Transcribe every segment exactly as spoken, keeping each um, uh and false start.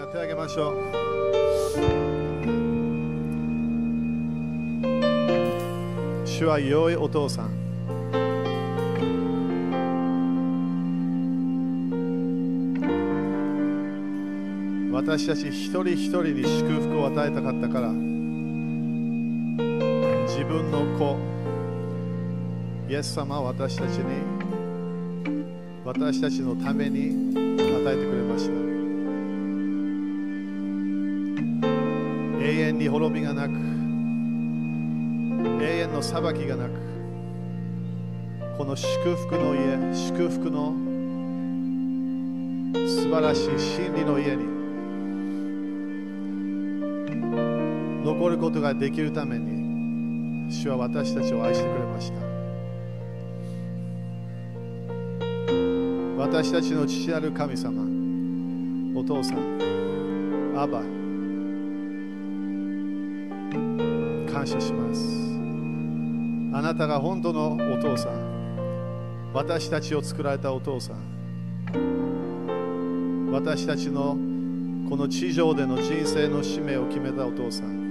手を挙げましょう。主は良いお父さん。私たち一人一人に祝福を与えたかったから、自分の子、イエス様は私たちに、私たちのために与えてくれました。永遠に滅びがなく、永遠の裁きがなく、この祝福の家、祝福の素晴らしい真理の家に残ることができるために、主は私たちを愛してくれました。私たちの父なる神様、お父さん、アバ、感謝します。あなたが本当のお父さん、私たちを作られたお父さん、私たちのこの地上での人生の使命を決めたお父さん、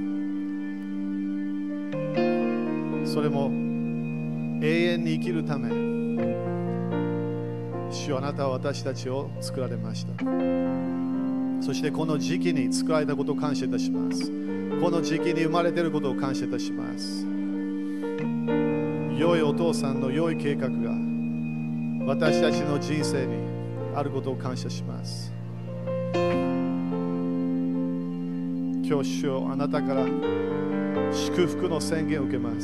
それも永遠に生きるため、主あなたは私たちを作られました。そしてこの時期に作られたことを感謝いたします。この時期に生まれていることを感謝いたします。良いお父さんの良い計画が私たちの人生にあることを感謝します。今日主よ、あなたから祝福の宣言を受けます。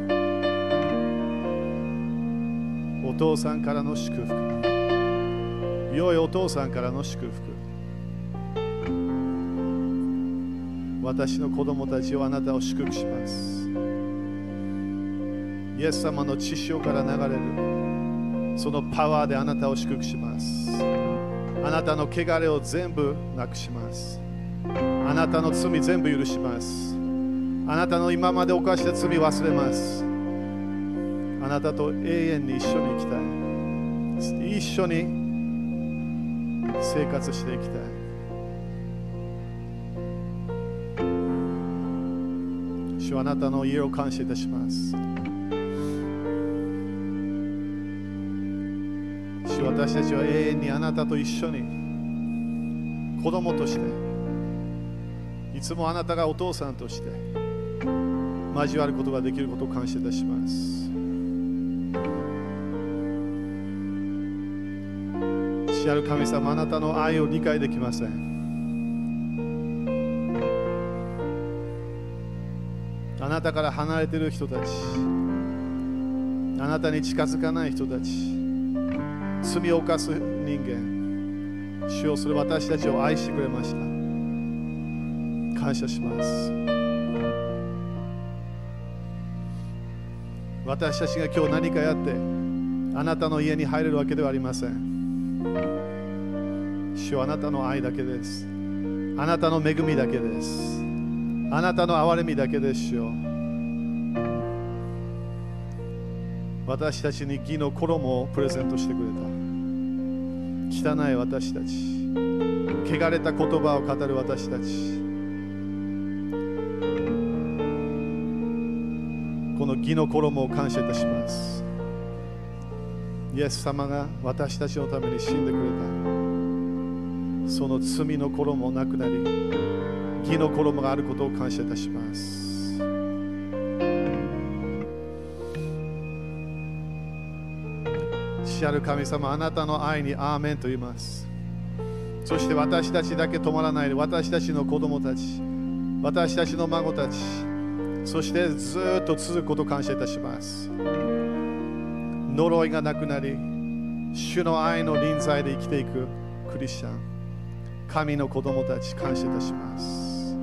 お父さんからの祝福、良いお父さんからの祝福、私の子供たちをあなたを祝福します。イエス様の血潮から流れるそのパワーであなたを祝福します。あなたの汚れを全部なくします。あなたの罪全部許します。あなたの今まで犯した罪忘れます。あなたと永遠に一緒に生きたい。一緒に生活していきたい。主はあなたの家を感謝いたします。主、私たちは永遠にあなたと一緒に子供として、いつもあなたがお父さんとして交わることができることを感謝いたします。父なる神様、あなたの愛を理解できません。あなたから離れている人たち、あなたに近づかない人たち、罪を犯す人間、主よ、それ私たちを愛してくれました。感謝します。私たちが今日何かやってあなたの家に入れるわけではありません。主はあなたの愛だけです。あなたの恵みだけです。あなたの憐れみだけです。主よ、私たちに義の衣をプレゼントしてくれた。汚い私たち、汚れた言葉を語る私たち、この義の衣を感謝いたします。イエス様が私たちのために死んでくれた。その罪の衣なくなり、義の衣があることを感謝いたします。父なる神様、あなたの愛にアーメンと言います。そして私たちだけ止まらないで、私たちの子供たち、私たちの孫たち、そしてずっと続くことを感謝いたします。呪いがなくなり、主の愛の臨在で生きていくクリスチャン、神の子供たち、感謝いたします。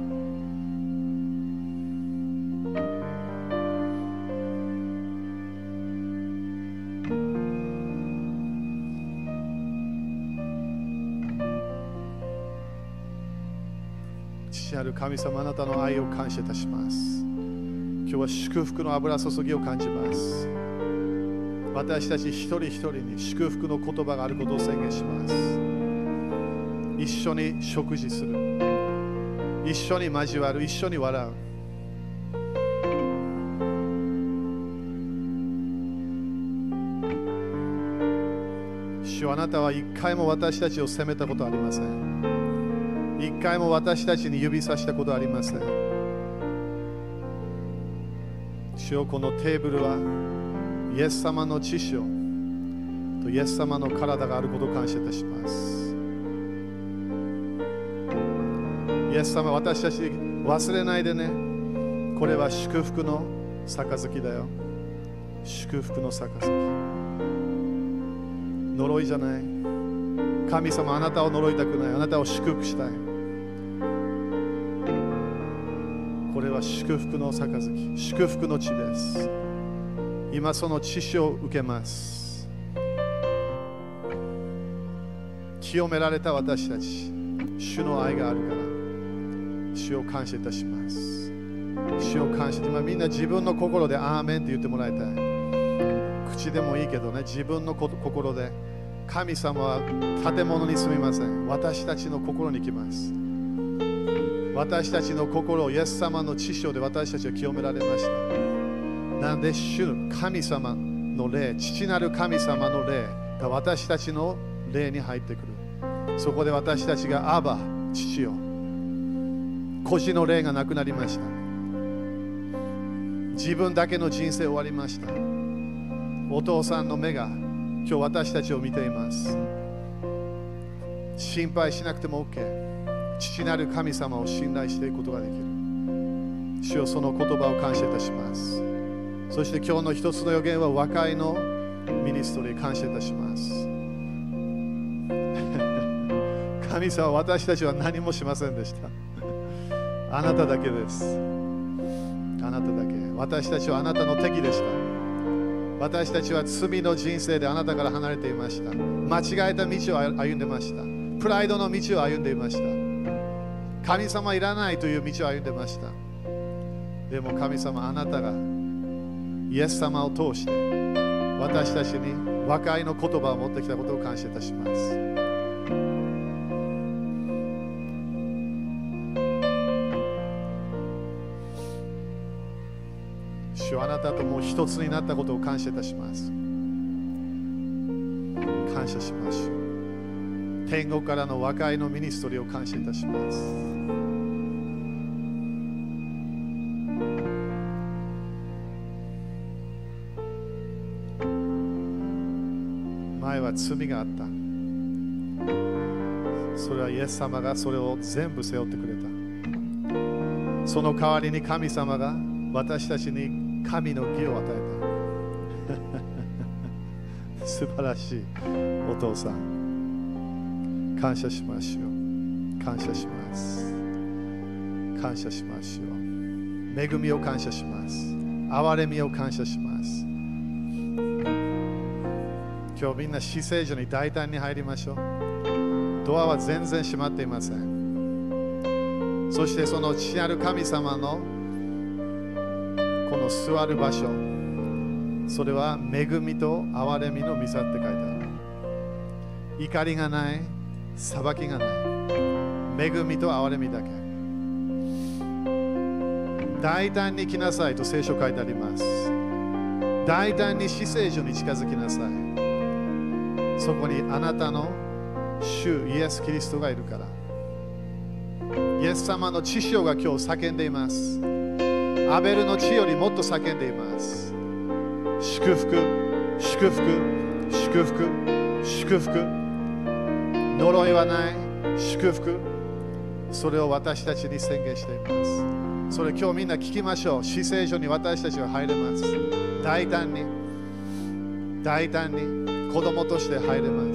父なる神様、あなたの愛を感謝いたします。今日は祝福の油注ぎを感じます。私たち一人一人に祝福の言葉があることを宣言します。 一緒に食事する、一緒に交わる、一緒に笑う。主よ、あなたは一回も私たちを責めたことはありません。一回も私たちに指さしたことはありません。主よ、このテーブルはイエス様の血潮とイエス様の体があることを感謝いたします。イエス様、私たち忘れないでね。これは祝福の杯だよ。祝福の杯。呪いじゃない。神様、あなたを呪いたくない。あなたを祝福したい。これは祝福の杯、祝福の血です。今その血潮を受けます。清められた私たち、主の愛があるから主を感謝いたします。主を感謝。今みんな自分の心でアーメンって言ってもらいたい。口でもいいけどね、自分の心で、神様は建物に住みません。私たちの心に来ます。私たちの心をイエス様の血潮で私たちは清められました。なので主、神様の霊、父なる神様の霊が私たちの霊に入ってくる。そこで私たちがアバ、父よ、孤児の霊がなくなりました。自分だけの人生終わりました。お父さんの目が今日私たちを見ています。心配しなくても OK。 父なる神様を信頼していくことができる。主よ、その言葉を感謝いたします。そして今日の一つの予言は和解のミニストリー、感謝いたします。神様、私たちは何もしませんでした。あなただけです。あなただけ。私たちはあなたの敵でした。私たちは罪の人生であなたから離れていました。間違えた道を歩んでました。プライドの道を歩んでいました。神様いらないという道を歩んでました。でも神様、あなたがイエス様を通して私たちに和解の言葉を持ってきたことを感謝いたします。主はあなたともう一つになったことを感謝いたします。感謝しましょう。天国からの和解のミニストリーを感謝いたします。前は罪があった。それはイエス様がそれを全部背負ってくれた。その代わりに神様が私たちに神の義を与えた。素晴らしいお父さん。感謝しましょう。感謝します。感謝しましょう。恵みを感謝します。憐れみを感謝します。今日みんな至聖所に大胆に入りましょう。ドアは全然閉まっていません。そしてその父なる神様のこの座る場所、それは恵みと憐れみの御座って書いてある。怒りがない、裁きがない、恵みと憐れみだけ。大胆に来なさいと聖書書いてあります。大胆に至聖所に近づきなさい。そこにあなたの主イエス・キリストがいるから。イエス様の血潮が今日叫んでいます。アベルの血よりもっと叫んでいます。祝福、祝福、祝福、祝福。呪いはない、祝福。それを私たちに宣言しています。それ今日みんな聞きましょう。至聖所に私たちは入れます。大胆に、大胆に子供として入れます。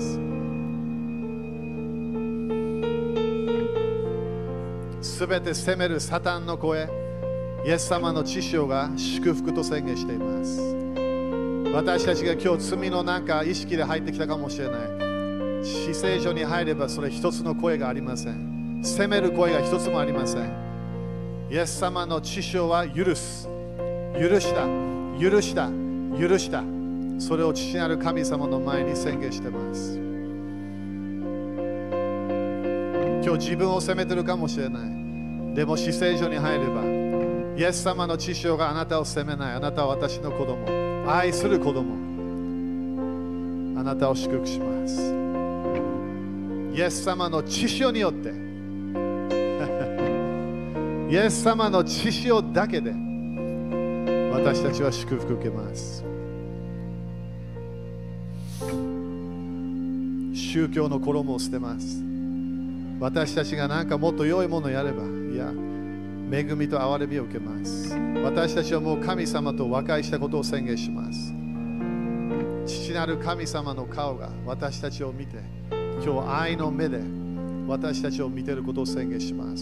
すべて責めるサタンの声、イエス様の血潮が祝福と宣言しています。私たちが今日罪のなんか意識で入ってきたかもしれない。至聖所に入ればそれ一つの声がありません。責める声が一つもありません。イエス様の血潮は許す。許した。許した。許した。それを父なる神様の前に宣言しています。 今日自分を責めてるかもしれない。でも至聖所に入れば、イエス様の血潮があなたを責めない。あなたは私の子供、愛する子供。あなたを祝福します。イエス様の血潮によってイエス様の血潮だけで私たちは祝福受けます。宗教の衣を捨てます。私たちが何かもっと良いものをやれば、いや、恵みと憐れみを受けます。私たちはもう神様と和解したことを宣言します。父なる神様の顔が私たちを見て、今日愛の目で私たちを見ていることを宣言します。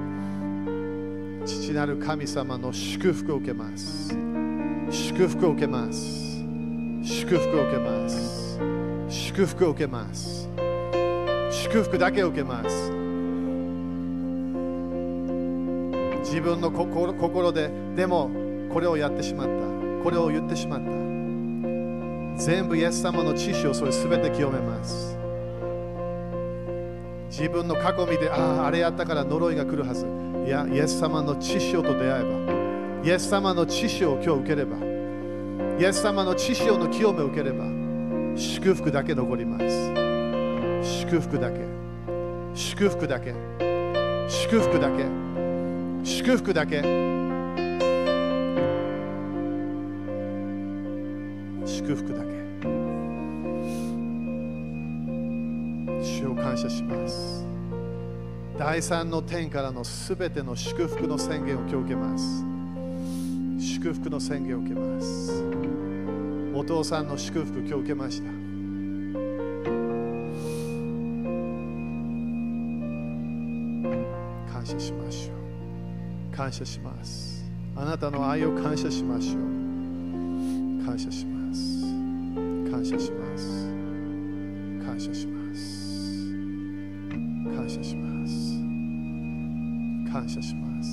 父なる神様の祝福を受けます。祝福を受けます。祝福を受けます。祝福を受けます。祝福だけを受けます。自分の心、心で、でもこれをやってしまった。これを言ってしまった。全部イエス様の知識をそれすべて清めます。自分の過去見て、ああ、あれやったから呪いが来るはず。いや、イエス様の知識と出会えば、イエス様の知識を今日受ければ、イエス様の知識の清めを受ければ、祝福だけ残ります。祝福だけ。祝福だけ。祝福だけ。祝福だけ。祝福だけ。主を感謝します。第三の天からのすべての祝福の宣言を今日受けます。祝福の宣言を受けます。お父さんの祝福今日受けました。感謝しましょう。感謝します。あなたの愛を感謝しましょう。感謝します。感謝します。感謝します。感謝します。感謝します。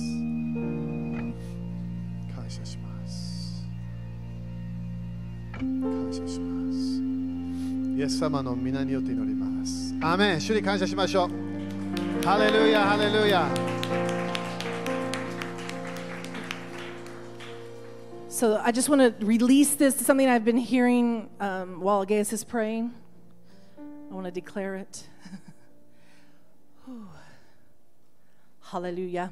感謝します。感謝します。イエス様の皆によって祈ります。アーメン。主に感謝しましょう。ハレルヤ、ハレルヤ。 So I just want to release this to something I've been hearing um, while Gaius is praying. I want to declare it. Hallelujah.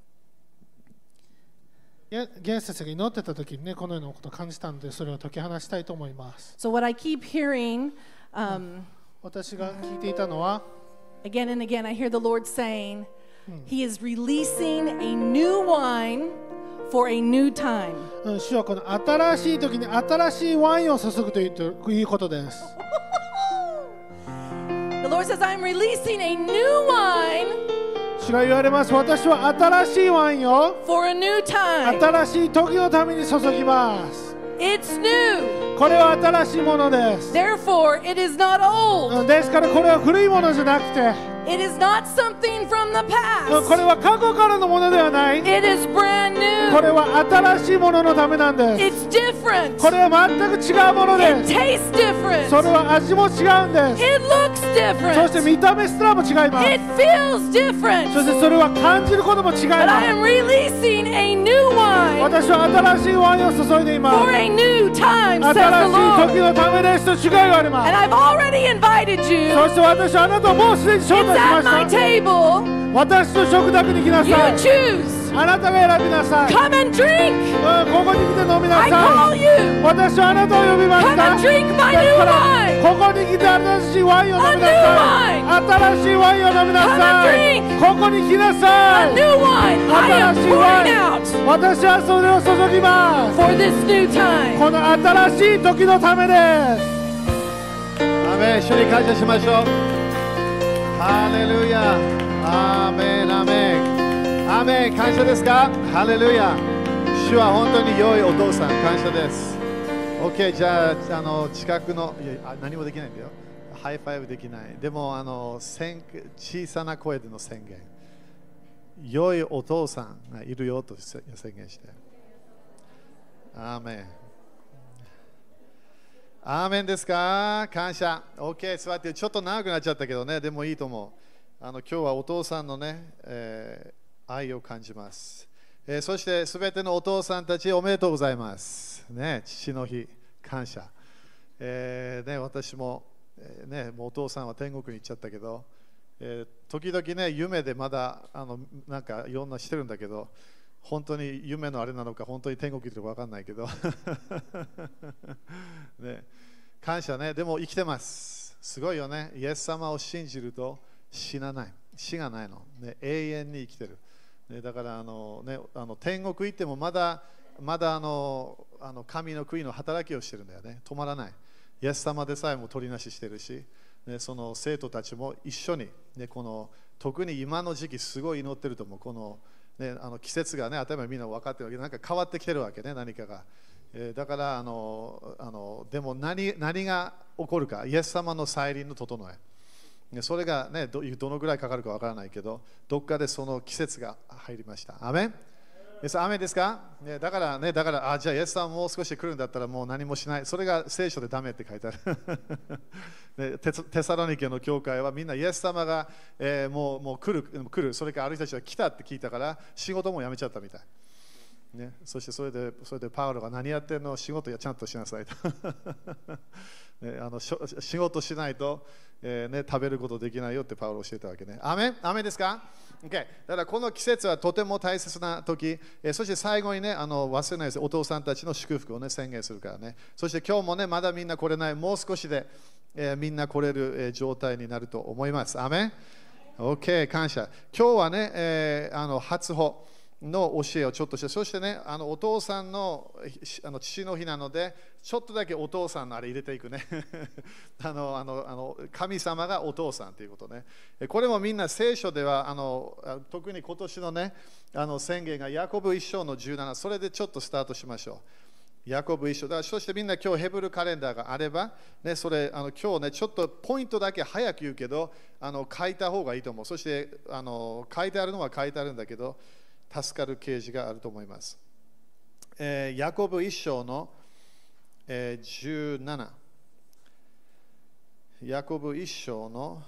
ゲン先生が祈ってた時にね、このようなことを感じたので、それを解き放したいと思います。 So what I keep hearing, um, 私が聞いていたのは、 again and again, I hear the Lord saying, He is releasing a new wine for a new time. 主はこの新しい時に新しいワインを注ぐということです。 The Lord says, I'm releasing a new wine. 主が言われます。私は新しいワインを for a new time. 新しい時のために注ぎます。 It's new. これは新しいものです。 Therefore, it is not old. ですからこれは古いものじゃなくて、 It is not something from the past. これは過去からのものではない。 It is brand new. これは新しいもののためなんです。 It's different. これは全く違うもので It す。 tastes different. それは味も違うんです。 It looks そして different. 見た目すらも違います。 It feels different. そしてそれは感じることも違い But I ま am releasing a new す。 wine 私は新しいワインを注いでいま for す。 a new time, 新 says the しい時 Lord. のためですと主が言われま And す。 I've already invited そ you. して私はあなたをもうすでに招 It's 待し at ま my した。 table. 私と食卓に来な You さい。 choose. あなたが選びなさい。 Come and drink. うん、ここに来て飲みな I さ call い。 you. 私はあなたを呼びまし Come た。 and drink my です new から wine. ここに来て新しいワインを飲みな A さい。新しいワインを飲みな Come さ and い。 drink. ここに来なさ A い。 new wine. I am 新しいワイ pouring ン。 out 私はそれを注ぎます。 for this new time. この新しい時のためです。 アーメン。主に感謝しましょう。ハレルヤ。アーメン、アーメン。アーメン。感謝ですか？ハレルヤ。主は本当に良いお父さん。感謝です。OK、じゃあ、あの近くの、いやあ何もできないんだよ。ハイファイブできない。でも、あの宣小さな声での宣言。良いお父さんがいるよと宣言して。アーメン。アーメンですか？感謝。OK、座ってちょっと長くなっちゃったけどね、でもいいと思う。 あの今日はお父さんのね、えー愛を感じます。えーそしてすべてのお父さんたちおめでとうございます。ね、父の日、感謝。えーね、私も、えーね、もうお父さんは天国に行っちゃったけど、えー時々ね、夢でまだあのなんかいろんなしてるんだけど、本当に夢のあれなのか、本当に天国行ってるか分かんないけど、ね、感謝ね、でも生きてます。すごいよね。イエス様を信じると死なない。死がないの。ね、永遠に生きてる。ね、だからあの、ね、あの天国行ってもまだまだあのあの神の国の働きをしてるんだよね。止まらない。イエス様でさえも取りなししてるし、ね、その生徒たちも一緒に、ね、この特に今の時期すごい祈ってると思う。この、ね、あの季節がね、当たり前みんな分かってるわけで、なんか変わってきてるわけね、何かが。えーだからあのあのでも 何, 何が起こるか、イエス様の再臨の整え。ねそれが、ね、ど, どのぐらいかかるかわからないけど、どっかでその季節が入りました。アメン。イエス、アメンですか、ね、だからね、だからあじゃあイエス様もう少し来るんだったらもう何もしない。それが聖書でダメって書いてある。ね、テ, テサロニケの教会はみんなイエス様が、えー、もうもう来る、来る。それからある人たちは来たって聞いたから仕事も辞めちゃったみたい。ね、そしてそれで、それでパウロが何やってんの、仕事やちゃんとしなさいと、ね、あのし仕事しないと、えーね、食べることできないよってパウロ教えたわけね。アメン、アメンですか、okay、だからこの季節はとても大切な時、えー、そして最後にね、あの忘れないです。お父さんたちの祝福を、ね、宣言するからね。そして今日もね、まだみんな来れない、もう少しで、えー、みんな来れる、えー、状態になると思います。アメン。 OK、感謝。今日はね、えー、あの初歩の教えをちょっとして、そしてね、あのお父さんの、あの父の日なので、ちょっとだけお父さんのあれ入れていくね。あのあのあの神様がお父さんということね。これもみんな聖書では、あの特に今年のね、あの宣言がヤコブ一章のじゅうなな、それでちょっとスタートしましょう。ヤコブ一章。だからそしてみんな今日ヘブルカレンダーがあれば、ね、それあの今日ね、ちょっとポイントだけ早く言うけど、あの書いた方がいいと思う。そしてあの書いてあるのは書いてあるんだけど、助かる啓示があると思います。えー、ヤコブ一章の、えー、じゅうなな。ヤコブ一章の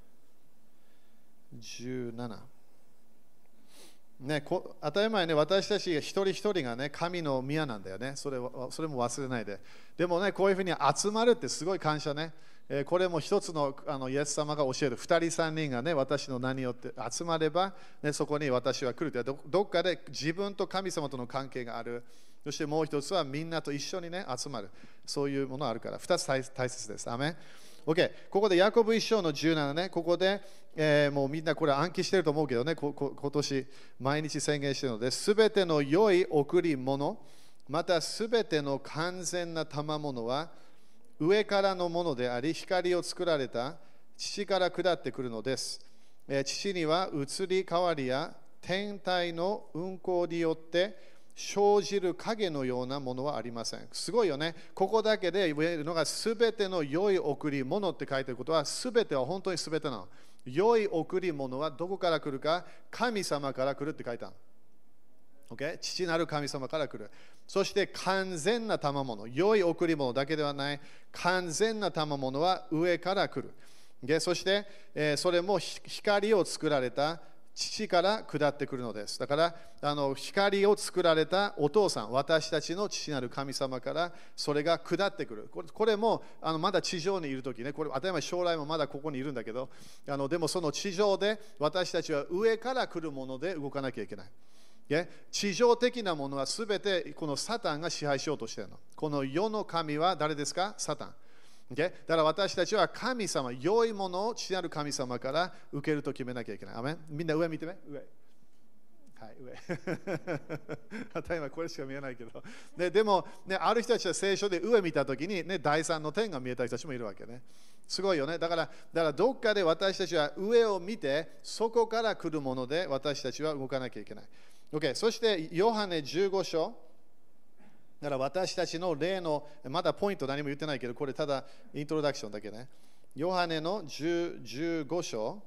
じゅうなな。ね、こ当たり前ね、私たち一人一人がね、神の宮なんだよね。それ、それも忘れないで。でもね、こういうふうに集まるってすごい感謝ね。えー、これも一つの、あのイエス様が教える。二人三人がね、私の名によって集まれば、ね、そこに私は来るってど。どっかで自分と神様との関係がある。そしてもう一つはみんなと一緒にね、集まる。そういうものがあるから。二つ大切です。アメン。OK、ここでヤコブ一章のじゅうななね、ここで、えー、もうみんなこれ暗記してると思うけどね、ここ今年毎日宣言しているので、すべての良い贈り物、またすべての完全な賜物は上からのものであり、光を作られた父から下ってくるのです。えー、父には移り変わりや天体の運行によって生じる影のようなものはありません。すごいよね。ここだけで言えるのが、すべての良い贈り物って書いてることは、すべては本当にすべてなの。良い贈り物はどこから来るか、神様から来るって書いてある。Okay? 父なる神様から来る。そして完全な賜物、良い贈り物だけではない、完全な賜物は上から来る。Okay? そして、えー、それも光を作られた父から下ってくるのです。だからあの光を作られたお父さん、私たちの父なる神様からそれが下ってくる。これ、これもあのまだ地上にいるときね、これ当たり前将来もまだここにいるんだけど、あのでもその地上で私たちは上から来るもので動かなきゃいけない。地上的なものはすべてこのサタンが支配しようとしているの。この世の神は誰ですか？サタン。だから私たちは神様、良いものを父なる神様から受けると決めなきゃいけない。アメン。みんな上見てね。上。はい、上。当たり前これしか見えないけど。で, でも、ね、ある人たちは聖書で上見たときに、ね、第三の点が見えた人たちもいるわけね。すごいよね。だから、だからどっかで私たちは上を見て、そこから来るもので私たちは動かなきゃいけない。Okay、そして、ヨハネじゅうご章。だから私たちの例の、まだポイント何も言ってないけど、これただイントロダクションだけね。ヨハネのじゅうご章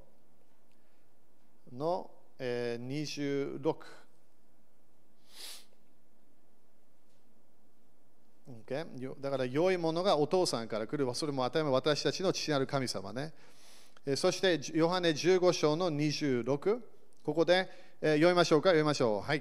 の、えー、にじゅうろく。Okay? だから良いものがお父さんから来る。それも当たり前私たちの父なる神様ね。 えーそしてヨハネじゅうご章のにじゅうろく、ここで、えー読みましょうか、読みましょう。はい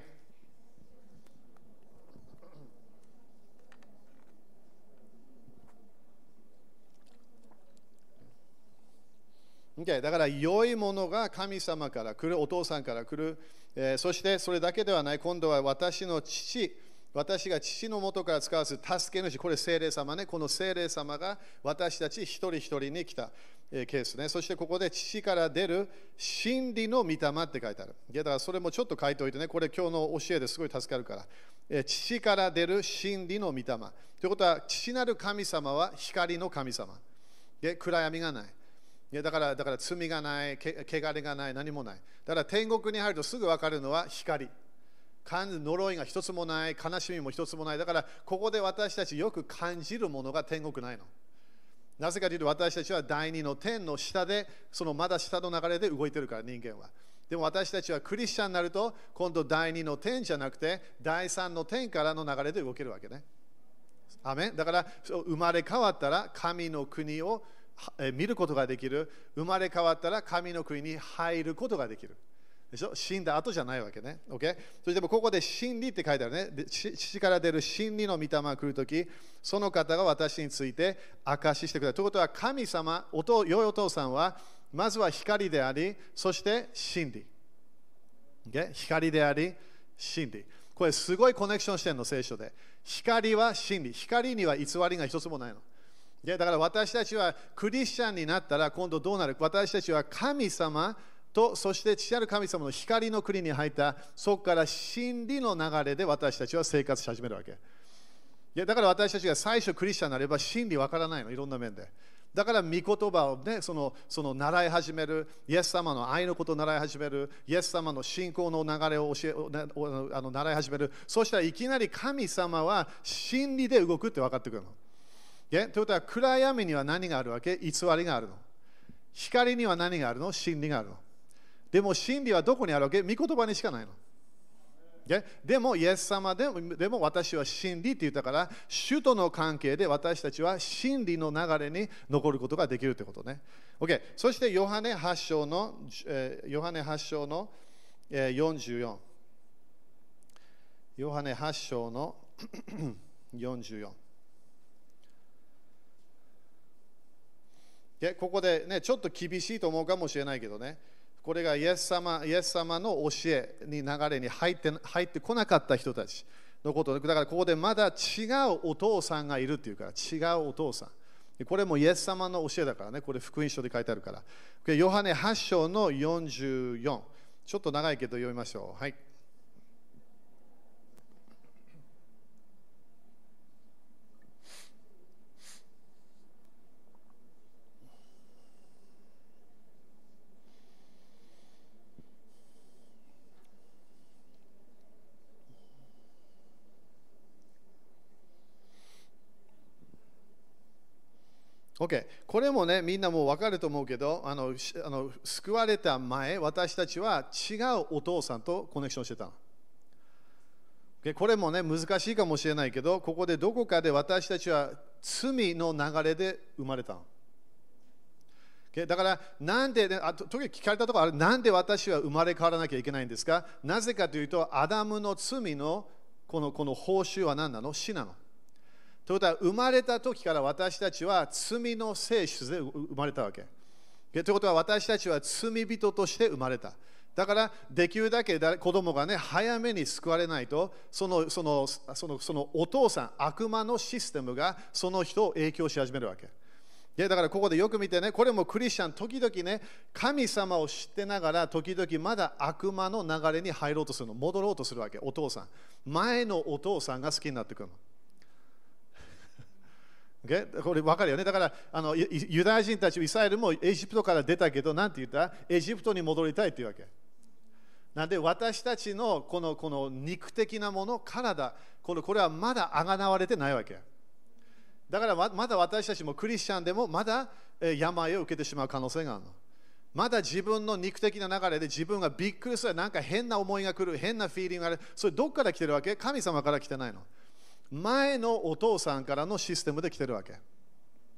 。Okay、だから良いものが神様から来る、お父さんから来る、えーそしてそれだけではない、今度は私の父、私が父の元から使わす助け主、これ聖霊様ね、この聖霊様が私たち一人一人に来た、えーケースね。そしてここで父から出る真理の御霊って書いてある。だからそれもちょっと書いておいてね、これ今日の教えですごい助かるから。えー父から出る真理の御霊。ということは、父なる神様は光の神様。で暗闇がない。いやだから、だから罪がない、け汚れがない、何もない。だから天国に入るとすぐ分かるのは光。呪いが一つもない、悲しみも一つもない。だからここで私たちよく感じるものが天国ないの。なぜかというと私たちは第二の天の下で、そのまだ下の流れで動いてるから人間は。でも私たちはクリスチャンになると今度第二の天じゃなくて第三の天からの流れで動けるわけね。アメン。だから生まれ変わったら神の国を見ることができる。生まれ変わったら神の国に入ることができる。でしょ、死んだ後じゃないわけね。Okay？ そしてもここで真理って書いてあるね。で父から出る真理の御霊が来るとき、その方が私について証ししてくれる。ということは神様、おと良いお父さんはまずは光であり、そして真理。Okay？ 光であり、真理。これすごいコネクションしてるの、聖書で。光は真理。光には偽りが一つもないの。だから私たちはクリスチャンになったら今度どうなる？私たちは神様とそして父なる神様の光の国に入った、そこから真理の流れで私たちは生活し始めるわけ。だから私たちが最初クリスチャンになれば真理わからないの、いろんな面で。だから御言葉を、ね、そのその習い始める、イエス様の愛のことを習い始める、イエス様の信仰の流れを教えあの習い始める。そしたらいきなり神様は真理で動くって分かってくるの。ということは暗闇には何があるわけ？偽りがあるの。光には何があるの？真理があるの。でも真理はどこにあるわけ？御言葉にしかないの。でもイエス様でも、でも私は真理って言ったから、主との関係で私たちは真理の流れに残ることができるということね。Okay、そしてヨハネはち章の、えー、ヨハネはち章の、えー、よんじゅうよん。ヨハネはち章のよんじゅうよん。でここでね、ちょっと厳しいと思うかもしれないけどね、これがイエス様、イエス様の教えに流れに入って入ってこなかった人たちのことだから、ここでまだ違うお父さんがいるっていうから、違うお父さん。これもイエス様の教えだからね、これ福音書で書いてあるから。ヨハネはち章のよんじゅうよん。ちょっと長いけど読みましょう。はい。Okay、これもね、みんなもう分かると思うけど、あのあの救われた前、私たちは違うお父さんとコネクションしてたの。Okay、これもね、難しいかもしれないけど、ここでどこかで私たちは罪の流れで生まれたの。Okay、だから、なんで、ね、あ時々聞かれたところある、なんで私は生まれ変わらなきゃいけないんですか？なぜかというと、アダムの罪のこのこの報酬は何なの？死なの。ということは、生まれた時から私たちは罪の性質で生まれたわけ。ということは、私たちは罪人として生まれた。だから、できるだけ子供がね、早めに救われないと、そのそのそのそのお父さん、悪魔のシステムがその人を影響し始めるわけ。だから、ここでよく見てね、これもクリスチャン、時々ね、神様を知ってながら、時々まだ悪魔の流れに入ろうとするの、戻ろうとするわけ、お父さん。前のお父さんが好きになってくるの。Okay？ これ分かるよね。だからあのユダヤ人たち、イスラエルもエジプトから出たけど、なんて言った？エジプトに戻りたいっていうわけ。なんで私たちのこのこの肉的なもの、体、これ、これはまだあがなわれてないわけ。だからまだ私たちもクリスチャンでもまだ病を受けてしまう可能性があるの。まだ自分の肉的な流れで自分がびっくりする、なんか変な思いが来る、変なフィーリングがある。それどこから来てるわけ？神様から来てないの。前のお父さんからのシステムで来てるわけ。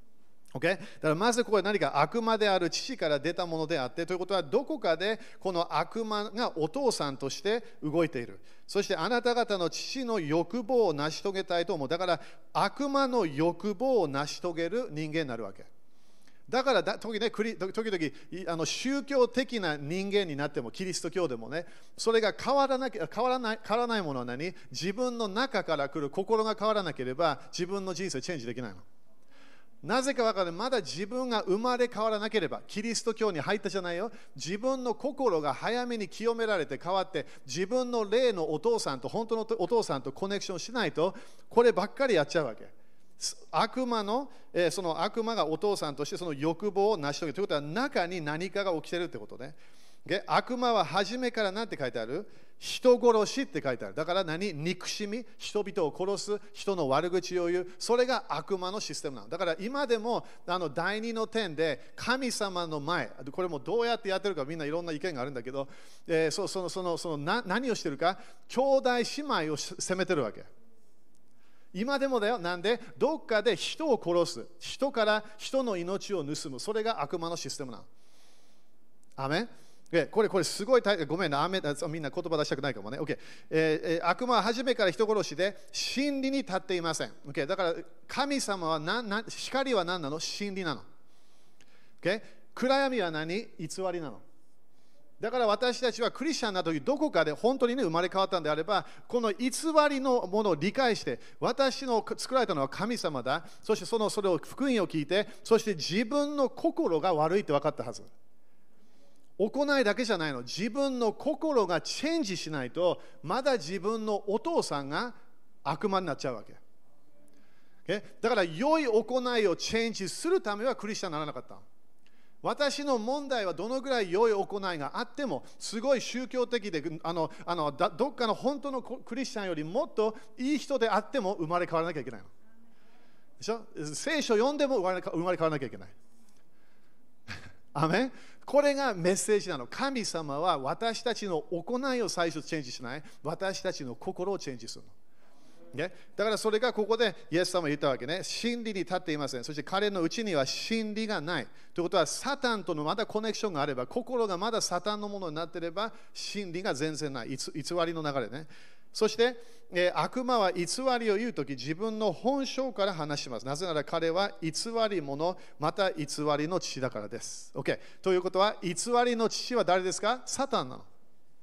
Okay? だからまずこれ何か悪魔である父から出たものであって、ということはどこかでこの悪魔がお父さんとして動いている。そしてあなた方の父の欲望を成し遂げたいと思う。だから悪魔の欲望を成し遂げる人間になるわけ。だからだ時々、ね、時々あの宗教的な人間になっても、キリスト教でもね、それが変わらな変わらない、変わらないものは何？自分の中から来る心が変わらなければ自分の人生チェンジできないの。なぜか分からない。まだ自分が生まれ変わらなければ、キリスト教に入ったじゃないよ。自分の心が早めに清められて変わって、自分の霊のお父さんと、本当のお父さんとコネクションしないと、こればっかりやっちゃうわけ。悪魔の、えー、その悪魔がお父さんとしてその欲望を成し遂げるということは、中に何かが起きているということね。で、悪魔は初めから何て書いてある？人殺しって書いてある。だから何？憎しみ、人々を殺す、人の悪口を言う、それが悪魔のシステムなの。だから今でもあの第二の点で神様の前、これもどうやってやってるかみんないろんな意見があるんだけど、えー、そそのそのそのな何をしてるか、兄弟姉妹を責めてるわけ。今でもだよ。なんでどっかで人を殺す、人から人の命を盗む、それが悪魔のシステムなの。アメン。これ、これすごい大変。ごめんな、みんな言葉出したくないかもね。Okay えー、悪魔は初めから人殺しで真理に立っていません。Okay、だから神様はなな光は何なの？真理なの。Okay、暗闇は何？偽りなの。だから私たちはクリスチャンな時、どこかで本当に、ね、生まれ変わったんであれば、この偽りのものを理解して、私の作られたのは神様だ。そしてそのそれを福音を聞いて、そして自分の心が悪いって分かったはず。行いだけじゃないの。自分の心がチェンジしないと、まだ自分のお父さんが悪魔になっちゃうわけ。Okay? だから良い行いをチェンジするためはクリスチャンにならなかった。私の問題はどのぐらい良い行いがあっても、すごい宗教的で、あのあのだどっかの本当のクリスチャンよりもっといい人であっても生まれ変わらなきゃいけないの。でしょ？聖書読んでも生まれ変わらなきゃいけない。アメン。これがメッセージなの。神様は私たちの行いを最初チェンジしない。私たちの心をチェンジするの。ね、だからそれがここでイエス様が言ったわけね。真理に立っていません。そして彼のうちには真理がない。ということは、サタンとのまだコネクションがあれば、心がまだサタンのものになっていれば、真理が全然ない。偽りの流れね。そして、えー、悪魔は偽りを言うとき、自分の本性から話します。なぜなら彼は偽り者、また偽りの父だからです。OK。ということは、偽りの父は誰ですか？サタンなの。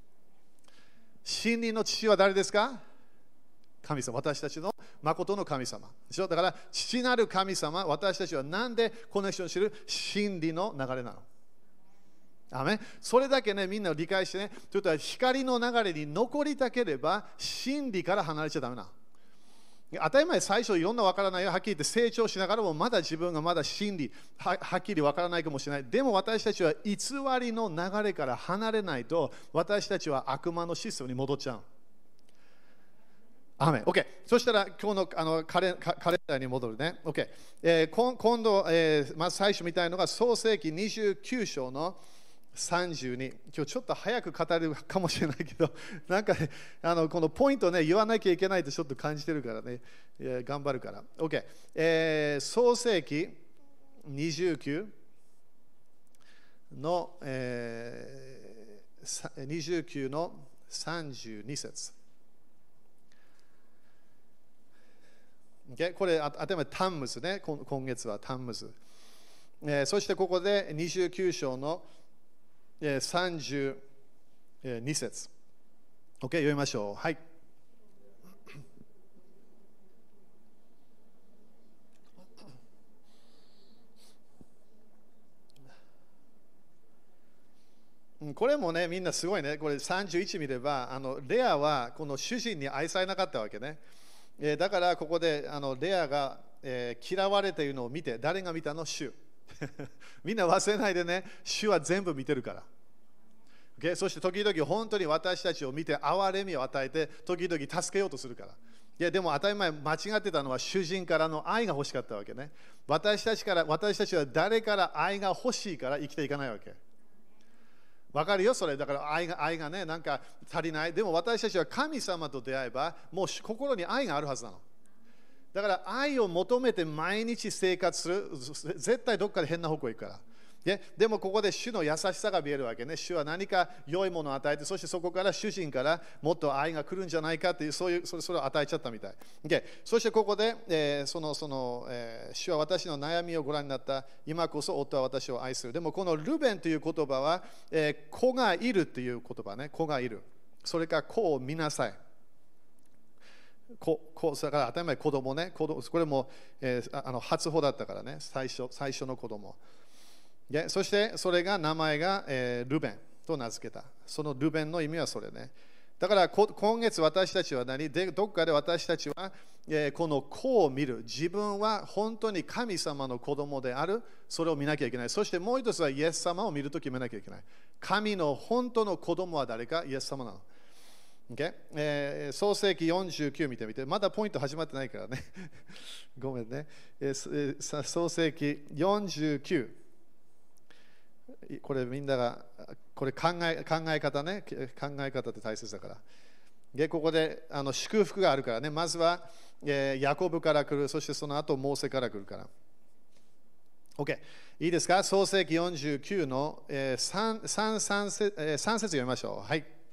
真理の父は誰ですか？神様。私たちの誠の神様。でしょ？だから、父なる神様、私たちは何でコネクションしている？真理の流れなの。アメン。それだけね、みんなを理解してね、ということは光の流れに残りたければ、真理から離れちゃだめな。当たり前、最初いろんな分からないよ、はっきり言って成長しながらも、まだ自分がまだ真理は、はっきり分からないかもしれない。でも私たちは偽りの流れから離れないと、私たちは悪魔のシステムに戻っちゃう。アメン。OK。そしたら今日のあのカレカレンダーに戻るね。OK。えー、今今度、えーまず最初見たいのが創世記にじゅうきゅう章のさんじゅうに。今日ちょっと早く語るかもしれないけど、なんか、ね、あのこのポイントね、言わなきゃいけないとちょっと感じてるからね、えー、頑張るから。OK。えー、創世記にじゅうきゅうの、えー、にじゅうきゅうのさんじゅうに節。Okay? これ、あたり前タンムズね、今月はタンムズ。えー、そしてここでにじゅうきゅう章のさんじゅうに節。OK、読みましょう。はい。これもね、みんなすごいね。これさんじゅういち見れば、あのレアはこの主人に愛されなかったわけね。えー、だからここであのレアが、えー、嫌われているのを見て、誰が見たの？主。みんな忘れないでね、主は全部見てるから。Okay? そして時々本当に私たちを見て憐れみを与えて、時々助けようとするから。いやでも当たり前、間違ってたのは主人からの愛が欲しかったわけね。私たちから、私たちは誰から愛が欲しいから生きていかないわけ。わかるよ、それ。だから愛が、愛がね、なんか足りない。でも私たちは神様と出会えば、もう心に愛があるはずなの。 だから愛を求めて毎日生活する、絶対どっかで変な方向行くから。で, でもここで主の優しさが見えるわけね。主は何か良いものを与えて、そしてそこから主人からもっと愛が来るんじゃないかという、そういうそれそれを与えちゃったみたい。でそしてここで、えー、そのその、えー、主は私の悩みをご覧になった。今こそ夫は私を愛する。でもこのルベンという言葉は、えー、子がいるという言葉ね。子がいる。それから子を見なさい。子子だから当たり前子供ね。子供これも、えー、あの初歩だったからね。最初最初の子供。でそしてそれが名前が、えー、ルベンと名付けた。そのルベンの意味はそれね。だから今月私たちは何でどっかで私たちは、えー、この子を見る。自分は本当に神様の子供である。それを見なきゃいけない。そしてもう一つはイエス様を見ると決めなきゃいけない。神の本当の子供は誰かイエス様なの。Okay? えー、創世記よんじゅうきゅう見てみて。まだポイント始まってないからね。ごめんね。えー、創世記よんじゅうきゅう。これみんながこれ考え、考え方ね、考え方って大切だから。でここであの祝福があるからね、まずは、えー、ヤコブから来る、そしてその後モーセから来るから。OK、いいですか、創世記よんじゅうきゅうの、えー、3, 3, 3, 節、えー、さん節読みましょう。はい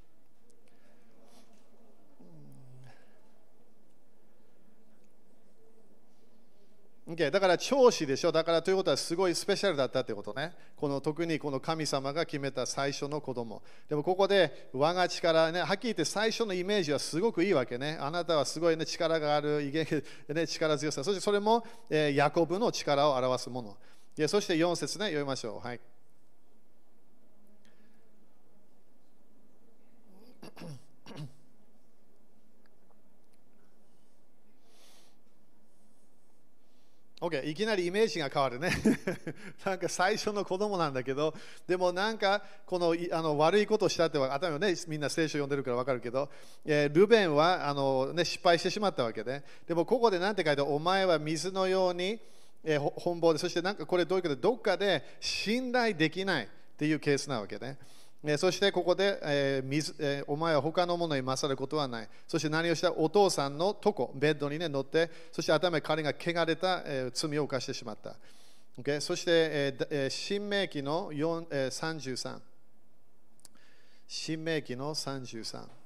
。Okay、だから長子でしょ。だからということはすごいスペシャルだったってことね。この特にこの神様が決めた最初の子供。でもここで我が力ね、はっきり言って最初のイメージはすごくいいわけね。あなたはすごい、ね、力がある、威厳、ね、力強さ。そしてそれも、えー、ヤコブの力を表すもの。でそしてよん節ね、読みましょう。はい。Okay、いきなりイメージが変わるね。なんか最初の子供なんだけど、でもなんかこのあの悪いことをしたっては、頭ね、みんな聖書読んでるから分かるけど、えー、ルベンはあの、ね、失敗してしまったわけで、でもここでなんて書いてある、お前は水のように、えー、奔放で、そしてなんかこれどういうことで、どっかで信頼できないっていうケースなわけね。そしてここで、えー水えー、お前は他のものに勝ることはない。そして何をした？お父さんのとこ、ベッドに、ね、乗って、そして頭に彼が汚れた、えー、罪を犯してしまった。Okay？ そして、えーえー、新明記のよん、えー、さんじゅうさん。新明記のさんじゅうさん。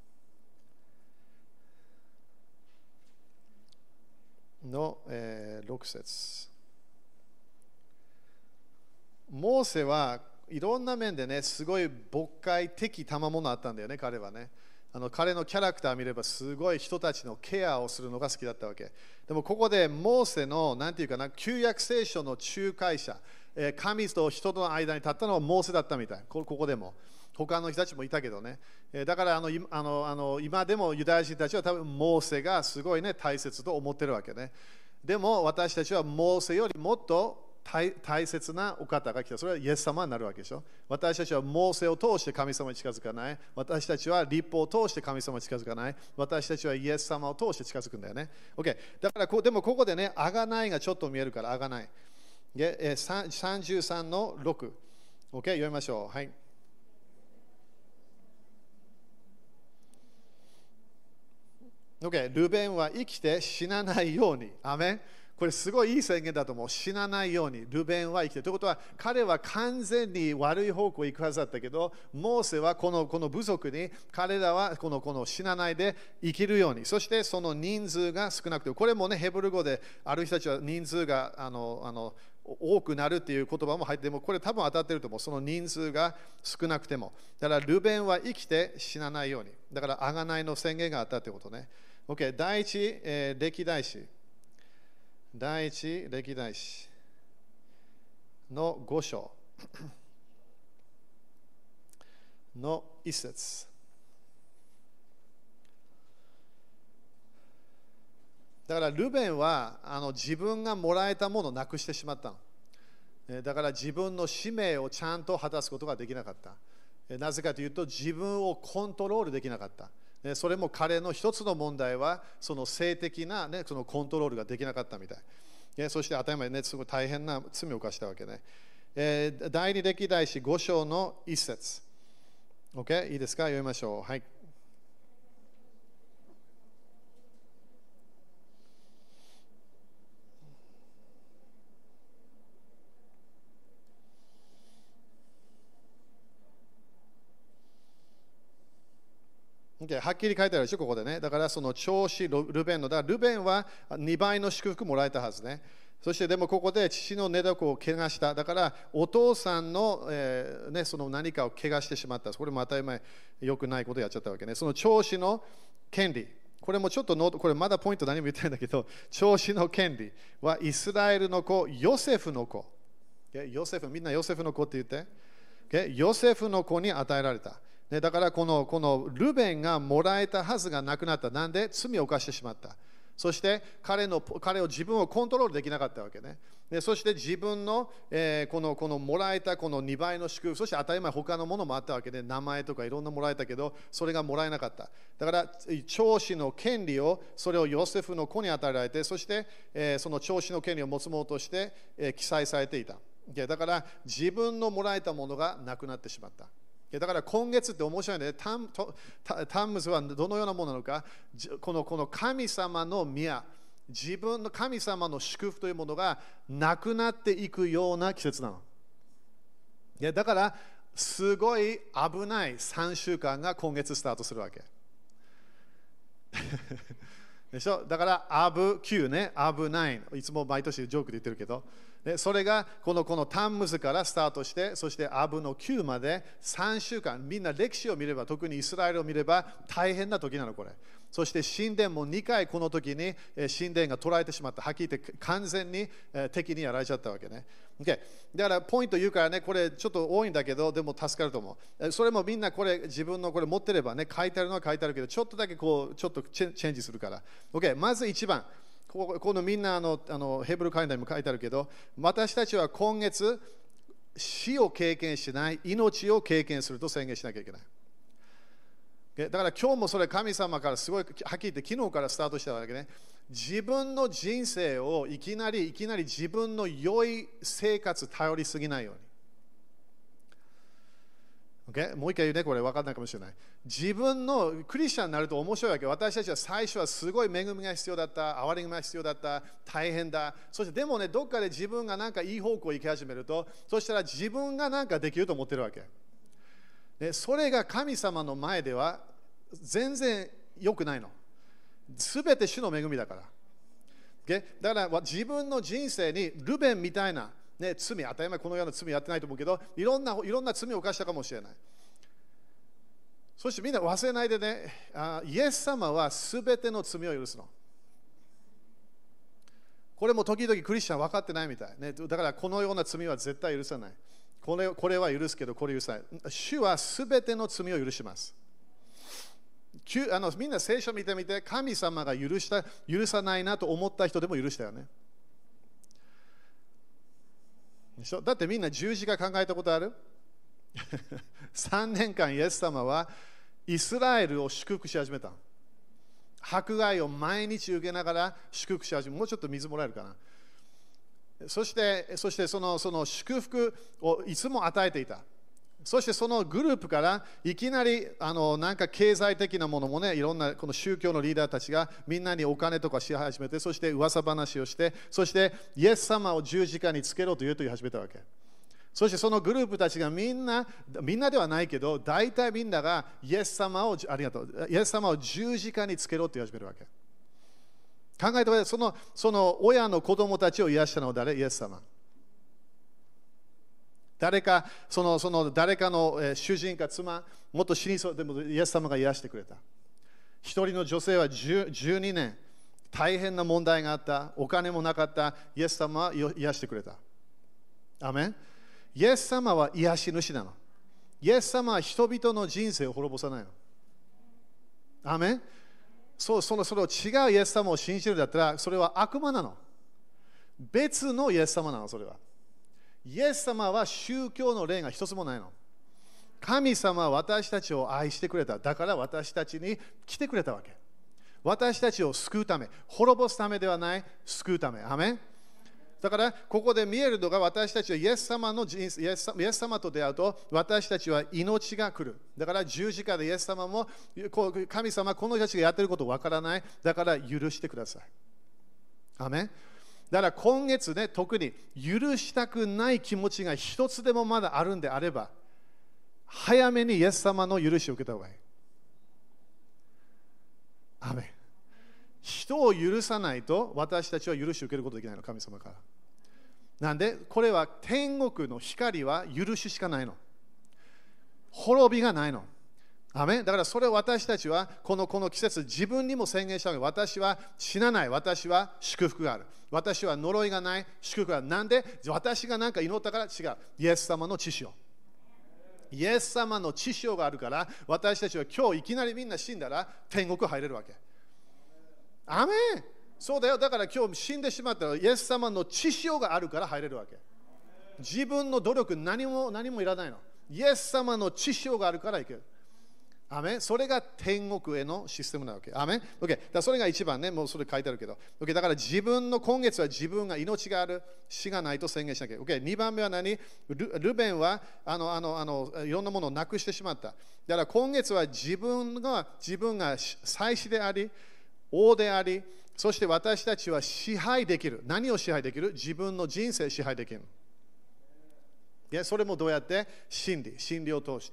の、えー、ろく節。モーセはいろんな面でね、すごい牧会的賜物あったんだよね、彼はね。あの彼のキャラクターを見れば、すごい人たちのケアをするのが好きだったわけ。でもここでモーセの、なんていうかな、旧約聖書の仲介者、えー、神と人との間に立ったのはモーセだったみたい。ここでも。他の人たちもいたけどね。えー、だからあのあのあの今でもユダヤ人たちは多分モーセがすごいね、大切と思ってるわけね。でも私たちはモーセよりもっと大, 大切なお方が来た。それはイエス様になるわけでしょ。私たちはモーセを通して神様に近づかない。私たちは立法を通して神様に近づかない。私たちはイエス様を通して近づくんだよね。OK。だからこ、でもここでね、あがないがちょっと見えるから、あがない。で、さんじゅうさんのろく。OK。読みましょう。はい。OK。ルベンは生きて死なないように。アメン。これすごいいい宣言だと思う。死なないようにルベンは生きている。ということは、彼は完全に悪い方向に行くはずだったけど、モーセはこのこの部族に、彼らはこのこの死なないで生きるように。そしてその人数が少なくて、これもね、ヘブル語である人たちは人数があのあの多くなるっていう言葉も入っても、これ多分当たってると思う。その人数が少なくても。だからルベンは生きて死なないように。だから贖いの宣言があったということね。OK。第一、えー、歴代史。第一歴代史のご章の一節。だからルベンはあの自分がもらえたものをなくしてしまったの。だから自分の使命をちゃんと果たすことができなかった。なぜかというと、自分をコントロールできなかった。それも彼の一つの問題は、その性的な、ね、そのコントロールができなかったみたい。そして当たり前ね、すごい大変な罪を犯したわけね。えー、第二歴代史ご章の一節。OK？ いいですか？読みましょう。はい。 Okay、はっきり書いてあるでしょ、ここでね。だからその長子ルベンの、だからルベンはにばいの祝福もらえたはずね。そしてでもここで父の寝床を怪我した。だからお父さんの、えーね、その何かを怪我してしまった。これも当たり前、良くないことをやっちゃったわけね。その長子の権利。これもちょっとノート、これまだポイント何も言ってないんだけど、長子の権利はイスラエルの子、ヨセフの子。ヨセフ、みんなヨセフの子って言って。ヨセフの子に与えられた。ね、だからこの、このルベンがもらえたはずがなくなった。なんで罪を犯してしまった。そして彼の彼を自分をコントロールできなかったわけね。でそして自分の、えー、このこのもらえたこのにばいの祝福、そして当たり前他のものもあったわけで、名前とかいろんなもらえたけど、それがもらえなかった。だから長子の権利を、それをヨセフの子に与えられて、そして、えー、その長子の権利を持つものとして、えー、記載されていた。だから自分のもらえたものがなくなってしまった。だから今月って面白いね。タン、タンムズはどのようなものなのか、この、この神様の宮、自分の神様の祝福というものがなくなっていくような季節なの。だから、すごい危ないさんしゅうかんが今月スタートするわけ。でしょ。だから、アブきゅうね、アブナイン。いつも毎年ジョークで言ってるけど。でそれがこのこのタンムズからスタートして、そしてアブのきゅうまでさんしゅうかん、みんな歴史を見れば、特にイスラエルを見れば大変な時なの、これ。そして神殿もにかいこの時に神殿が取られてしまった。はっきり言って完全に敵にやられちゃったわけね。Okay、だからポイント言うからね、これちょっと多いんだけど、でも助かると思う。それもみんなこれ自分のこれ持ってればね、書いてあるのは書いてあるけど、ちょっとだけこう、ちょっとチェンジするから。Okay、まずいちばん。このみんなあのあのヘブルカレンダーにも書いてあるけど、私たちは今月死を経験しない命を経験すると宣言しなきゃいけない。だから今日もそれ神様からすごいはっきり言って昨日からスタートしたわけね。自分の人生をいきなりいきなり自分の良い生活頼りすぎないように。Okay? もう一回言うね、これ分かんないかもしれない。自分のクリスチャンになると面白いわけ。私たちは最初はすごい恵みが必要だった、憐れみが必要だった、大変だ。そしてでもね、どっかで自分がなんかいい方向に行き始めると、そしたら自分がなんかできると思ってるわけ。でそれが神様の前では全然良くないの。すべて主の恵みだから。Okay? だから自分の人生にルベンみたいなね、罪、当たり前このような罪やってないと思うけど、いろんな、いろんな罪を犯したかもしれない。そしてみんな忘れないでね、あイエス様はすべての罪を許すの。これも時々クリスチャン分かってないみたい、ね。だからこのような罪は絶対許さない。これ、これは許すけど、これ許さない。主はすべての罪を許します。あのみんな聖書見てみて、神様が許した、許さないなと思った人でも許したよね。だってみんな十字架考えたことあるさんねんかんイエス様はイスラエルを祝福し始めた。迫害を毎日受けながら祝福し始めた。もうちょっと水もらえるかな。そして、そしてその、その祝福をいつも与えていた。そしてそのグループからいきなりあのなんか経済的なものもね、いろんなこの宗教のリーダーたちがみんなにお金とかし始めて、そして噂話をして、そしてイエス様を十字架につけろと言うと言い始めたわけ。そしてそのグループたちがみんな、みんなではないけど、大体みんながイエス様を、ありがとう、イエス様を十字架につけろと言い始めるわけ。考えてください。その、その親の子供たちを癒したのは誰？イエス様。誰か、その、その誰かの、えー、主人か妻、もっと死にそうでもイエス様が癒してくれた。一人の女性はじゅうにねん、大変な問題があった、お金もなかった、イエス様は癒してくれた。アメン。イエス様は癒し主なの。イエス様は人々の人生を滅ぼさないの。アメン。そう、その、それを違うイエス様を信じるんだったら、それは悪魔なの。別のイエス様なの、それは。イエス様は宗教の例が一つもないの。神様は私たちを愛してくれた。だから私たちに来てくれたわけ。私たちを救うため、滅ぼすためではない、救うため。アメン。だからここで見えるのが、私たちはイエス様の人生、イエス様、イエス様と出会うと、私たちは命が来る。だから十字架でイエス様も、神様、この人たちがやってることわからない。だから許してください。アメン。だから今月ね、特に許したくない気持ちが一つでもまだあるんであれば、早めにイエス様の許しを受けた方がいい。 アメン。人を許さないと私たちは許し受けることができないの、神様から。なんで、これは天国の光は許ししかないの。滅びがないの。アメン。だからそれを私たちはこの、この季節自分にも宣言したわけ。私は死なない。私は祝福がある。私は呪いがない。祝福がある。なんで私が何か祈ったから違う。イエス様の血潮。イエス様の血潮があるから私たちは今日いきなりみんな死んだら天国入れるわけ。アメン。そうだよ。だから今日死んでしまったらイエス様の血潮があるから入れるわけ。自分の努力何も何もいらないの。イエス様の血潮があるからいける。アメン。それが天国へのシステムなわけ。アメン。OK。だからそれが一番ね、もうそれ書いてあるけど。OK。だから自分の今月は自分が命がある、死がないと宣言しなきゃいけない。OK。にばんめは何？ ル, ルベンはあのあのあのいろんなものをなくしてしまった。だから今月は自分が自分が祭司であり、王であり、そして私たちは支配できる。何を支配できる？自分の人生支配できる。いや、それもどうやって？真理、真理を通して。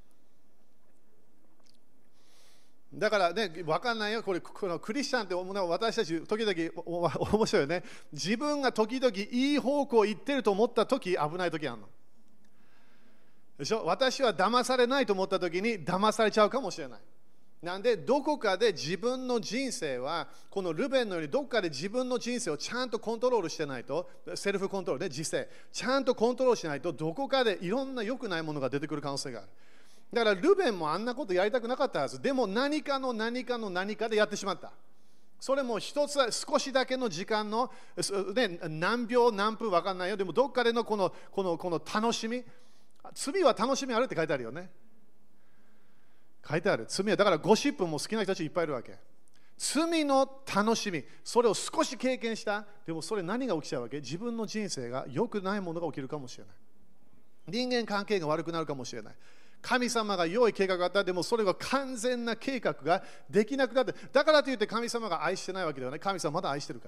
だからね、分かんないよ、これ、このクリスチャンって私たち、時々面白いよね。自分が時々いい方向行ってると思ったとき、危ないときあるの。でしょ？私は騙されないと思ったときに、騙されちゃうかもしれない。なんで、どこかで自分の人生は、このルベンのように、どこかで自分の人生をちゃんとコントロールしてないと、セルフコントロールね、自制、ちゃんとコントロールしないと、どこかでいろんな良くないものが出てくる可能性がある。だからルベンもあんなことやりたくなかったはず。でも何かの何かの何かでやってしまった。それも一つ少しだけの時間の、ね、何秒何分分かんないよ。でもどっかでのこの、この、この楽しみ。罪は楽しみあるって書いてあるよね。書いてある。罪はだからゴシップも好きな人たちいっぱいいるわけ。罪の楽しみ。それを少し経験した。でもそれ何が起きちゃうわけ？自分の人生が良くないものが起きるかもしれない。人間関係が悪くなるかもしれない。神様が良い計画があった。でもそれが完全な計画ができなくなって、だからといって神様が愛してないわけではない。神様まだ愛してるから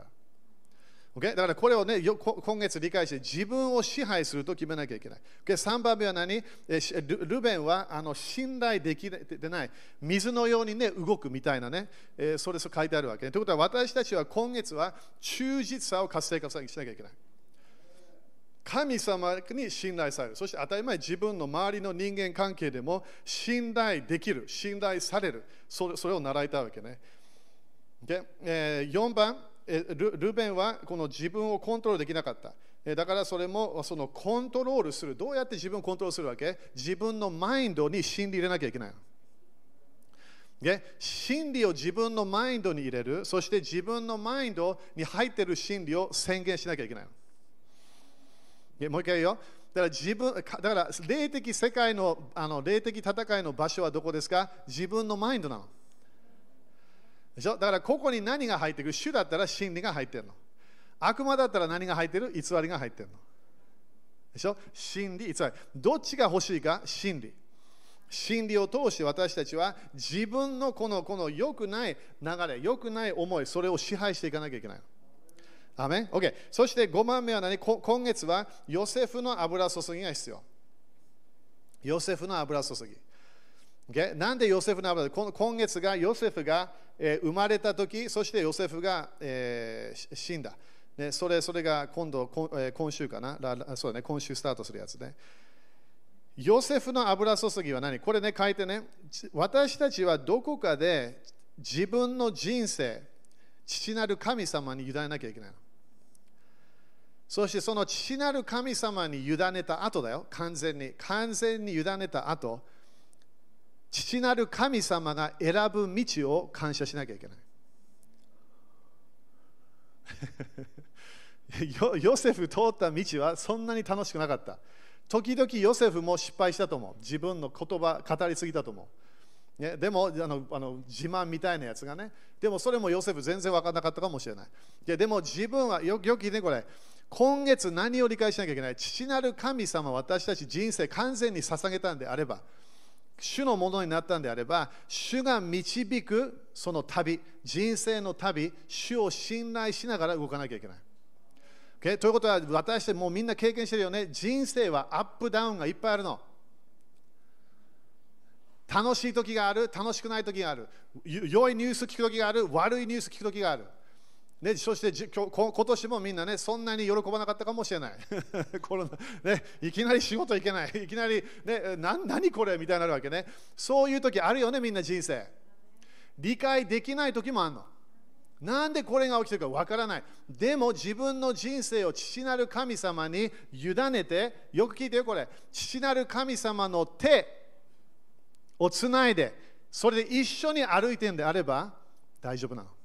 。Okay? だからこれをね、今月理解して自分を支配すると決めなきゃいけない。Okay? さんばんめは何？ル, ルベンはあの信頼できてない。水のようにね、動くみたいなね、えー、それ書いてあるわけ、ね。ということは私たちは今月は忠実さを活性化しなきゃいけない。神様に信頼される。そして当たり前、自分の周りの人間関係でも信頼できる、信頼される。それ、それを習いたいわけね。Okay? えー、よんばん、ル, ルベンはこの自分をコントロールできなかった。だからそれもそのコントロールする。どうやって自分をコントロールするわけ？自分のマインドに真理入れなきゃいけない。で真理を自分のマインドに入れる。そして自分のマインドに入っている真理を宣言しなきゃいけない。もう一回言うよ。だから自分、だから霊的世界の、あの霊的戦いの場所はどこですか？自分のマインドなの。でしょ？だからここに何が入ってくる？主だったら真理が入ってるの。悪魔だったら何が入ってる？偽りが入ってるの。でしょ？真理、偽り。どっちが欲しいか？真理。真理を通して私たちは自分のこの、この良くない流れ、良くない思い、それを支配していかなきゃいけない。アメン。OK。そしてごばんめは何？今月はヨセフの油注ぎが必要。ヨセフの油注ぎ。Okay? なんでヨセフの油注ぎ？今月がヨセフが、えー、生まれた時、そしてヨセフが、えー、死んだ。ね、それ、それが今度、今, えー、今週かな。そうだね、今週スタートするやつね。ヨセフの油注ぎは何？これね、書いてね。私たちはどこかで自分の人生、父なる神様に委ねなきゃいけないの。そしてその父なる神様に委ねた後だよ。完全に。完全に委ねた後、父なる神様が選ぶ道を感謝しなきゃいけないヨ。ヨセフ通った道はそんなに楽しくなかった。時々ヨセフも失敗したと思う。自分の言葉語りすぎたと思う。ね、でもあのあの自慢みたいなやつがね。でもそれもヨセフ全然分からなかったかもしれない。で, でも自分はよく聞いてこれ。今月何を理解しなきゃいけない？父なる神様、私たち人生完全に捧げたんであれば、主のものになったんであれば、主が導くその旅、人生の旅、主を信頼しながら動かなきゃいけない。Okay? ということは、私たちもうみんな経験してるよね。人生はアップダウンがいっぱいあるの。 楽しい時がある、楽しくない時がある。良いニュース聞く時がある、悪いニュース聞く時がある。ね、そしてじ今今年もみんなね、そんなに喜ばなかったかもしれない。コロナね、いきなり仕事行けない、いきなり、ね、な何これみたいになるわけね。そういう時あるよね、みんな人生。理解できない時もあるの。なんでこれが起きてるかわからない。でも自分の人生を父なる神様に委ねて、よく聞いてよ、これ。父なる神様の手をつないで、それで一緒に歩いてるんであれば大丈夫なの。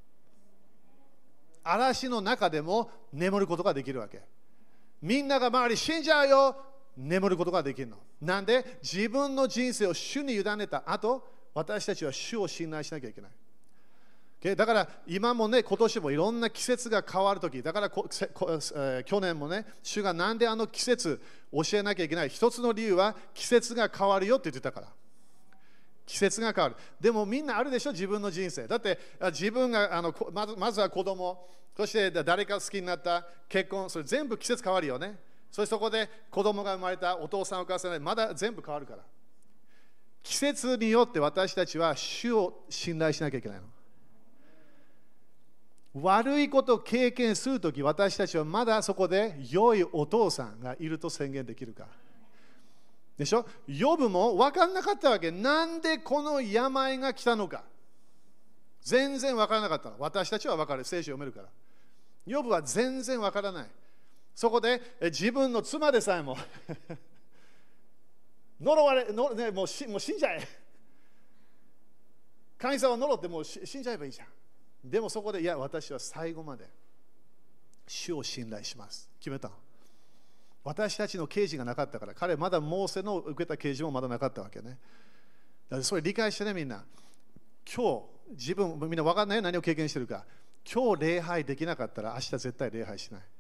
嵐の中でも眠ることができるわけ。みんなが周り死んじゃうよ、眠ることができるの。なんで自分の人生を主に委ねた後、私たちは主を信頼しなきゃいけない。Okay? だから今もね、今年もいろんな季節が変わるとき、だからここ、えー、去年もね、主がなんであの季節教えなきゃいけない。一つの理由は季節が変わるよって言ってたから。季節が変わる。でもみんなあるでしょ、自分の人生。だって自分があのまず、まずは子供、そして誰か好きになった、結婚、それ全部季節変わるよね。そしてそこで子供が生まれた、お父さんお母さん、まだ全部変わるから。季節によって私たちは主を信頼しなきゃいけないの。悪いことを経験するとき、私たちはまだそこで良いお父さんがいると宣言できるか。でしょ？ヨブも分からなかったわけ。なんでこの病が来たのか。全然分からなかったの。私たちは分かる。聖書を読めるから。ヨブは全然分からない。そこで自分の妻でさえも呪われ、のね、もうしもう死んじゃえ。神様を呪ってもう死んじゃえばいいじゃん。でもそこで、いや、私は最後まで主を信頼します。決めたの。私たちの啓示がなかったから、彼まだモーセの受けた啓示もまだなかったわけね。だからそれ理解してね、みんな。今日、自分、みんな分かんないよ、何を経験してるか。今日礼拝できなかったら、明日絶対礼拝しない。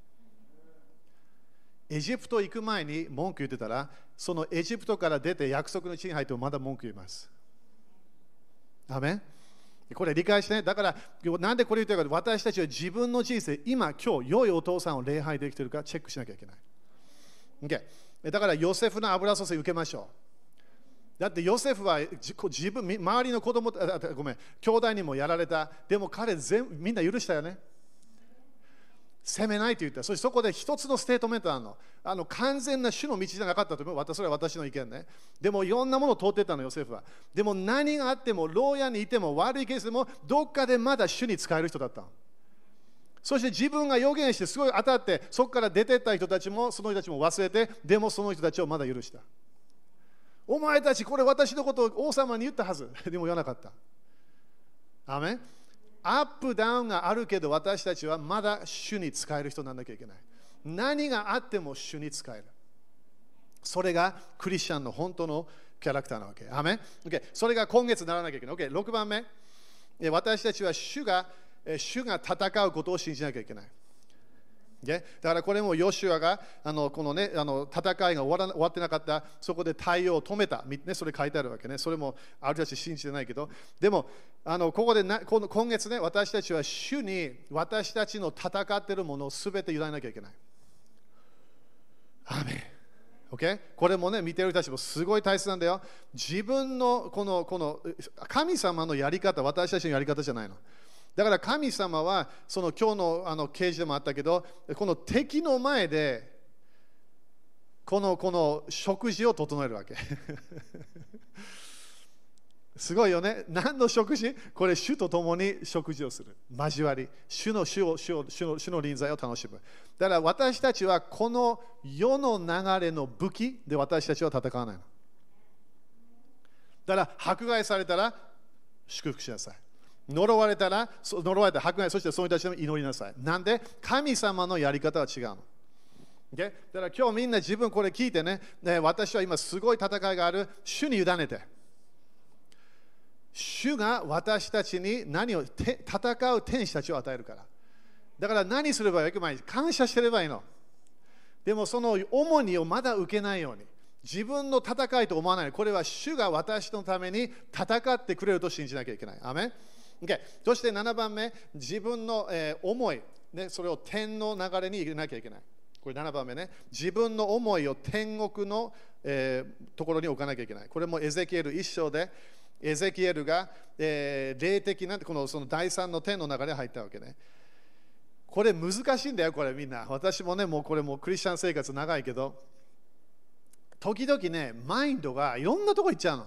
エジプト行く前に文句言ってたら、そのエジプトから出て約束の地に入ってもまだ文句言います。アメン？これ理解してね。だから、なんでこれ言ってるか、私たちは自分の人生、今、今日、良いお父さんを礼拝できているかチェックしなきゃいけない。Okay、だからヨセフの油注ぎ受けましょう。だってヨセフは自分、周りの子供、ごめん、兄弟にもやられた。でも彼全、みんな許したよね。責めないと言った。そしてそこで一つのステートメントあるの。あの完全な主の道じゃなかったと思う。それは私の意見ね。でもいろんなものを通ってたの、ヨセフは。でも何があっても、牢屋にいても、悪いケースでも、どっかでまだ主に使える人だったの。そして自分が予言してすごい当たって、そこから出てった人たちもその人たちも忘れて、でもその人たちをまだ許した。お前たちこれ私のことを王様に言ったはず。でも言わなかった。アーメン。アップダウンがあるけど、私たちはまだ主に使える人にならなきゃいけない。何があっても主に使える。それがクリスチャンの本当のキャラクターなわけ。アーメン。Okay、それが今月ならなきゃいけない。Okay、ろくばんめ。私たちは主が主が戦うことを信じなきゃいけない。だからこれもヨシュアがあのこの、ね、あの戦いが終わら終わってなかった、そこで太陽を止めた、ね、それ書いてあるわけね。それもある人たち信じてないけど、でもあのここでなこの今月ね、私たちは主に私たちの戦っているものをすべて委ねなきゃいけない。アーメン。Okay？ これもね、見てる人たちもすごい大切なんだよ。自分のこのこの神様のやり方、私たちのやり方じゃないの。だから神様はその今日のあの掲示でもあったけど、この敵の前でこのこの食事を整えるわけ。すごいよね。何の食事？これ主と共に食事をする。交わり。主の主を主を主の主の臨在を楽しむ。だから私たちはこの世の流れの武器で私たちは戦わないの。だから迫害されたら祝福しなさい。呪われたら、呪われた迫害、そしてその人たちにも祈りなさい。なんで神様のやり方は違うの。Okay？ だから今日みんな自分これ聞いてね、ね、私は今すごい戦いがある。主に委ねて。主が私たちに何をて戦う天使たちを与えるから。だから何すればいいか、感謝してればいいの。でもその重荷をまだ受けないように。自分の戦いと思わない。これは主が私のために戦ってくれると信じなきゃいけない。アメン。Okay、そしてななばんめ、自分の、えー、思い、ね、それを天の流れに入れなきゃいけない。これななばんめね。自分の思いを天国のえーところに置かなきゃいけない。これもエゼキエル一章で、エゼキエルが、えー霊的なこのその第三の天の中で入ったわけね。これ難しいんだよ、これみんな。私もね、もうこれもうクリスチャン生活長いけど、時々ね、マインドがいろんなとこ行っちゃうの。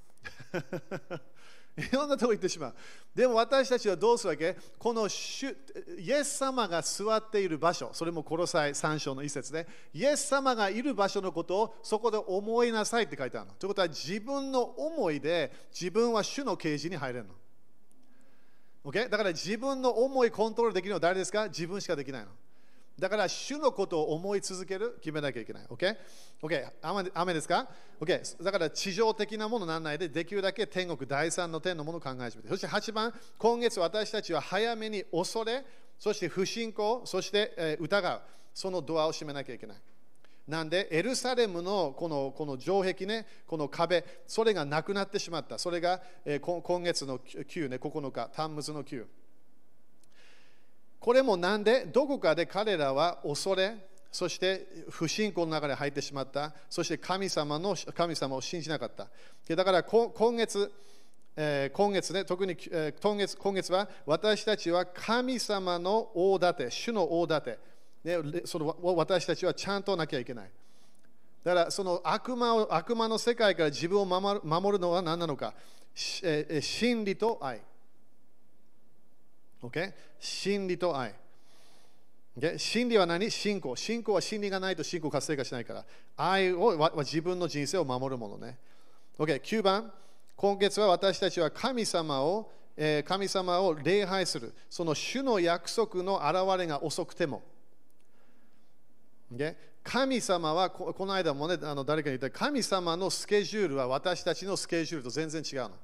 いろんなとこ行ってしまう。でも私たちはどうするわけ？この主イエス様が座っている場所、それもコロサイさん章の一節で、イエス様がいる場所のことをそこで思いなさいって書いてあるの。ということは自分の思いで自分は主の啓示に入れるの。Okay？ だから自分の思いコントロールできるのは誰ですか？自分しかできないの。だから主のことを思い続ける、決めなきゃいけない。OK？ OK？ 雨, 雨ですか？ OK？ だから地上的なものにならないで、できるだけ天国第三の天のものを考え始めて。そしてはちばん、今月私たちは早めに恐れ、そして不信仰、そして、えー、疑う。そのドアを閉めなきゃいけない。なんで、エルサレムのこのこの城壁ね、この壁、それがなくなってしまった。それが、えー、今月のきゅうね、ここのか、タンムズのきゅう。これもなんで、どこかで彼らは恐れ、そして不信仰の中に入ってしまった、そして神様の神様を信じなかった。だから今月、えー、今月ね、特に、えー、今月、今月は私たちは神様の大盾、主の大盾、ね、その私たちはちゃんとなきゃいけない。だからその悪魔を悪魔の世界から自分を守る、守るのは何なのか、えー、真理と愛。Okay? 真理と愛。Okay? 真理は何？信仰。信仰は真理がないと信仰活性化しないから。愛をは自分の人生を守るものね。Okay? きゅうばん、今月は私たちは神様を、えー、神様を礼拝する。その主の約束の現れが遅くても。Okay? 神様はこ、この間もね、あの誰かに言った、神様のスケジュールは私たちのスケジュールと全然違うの。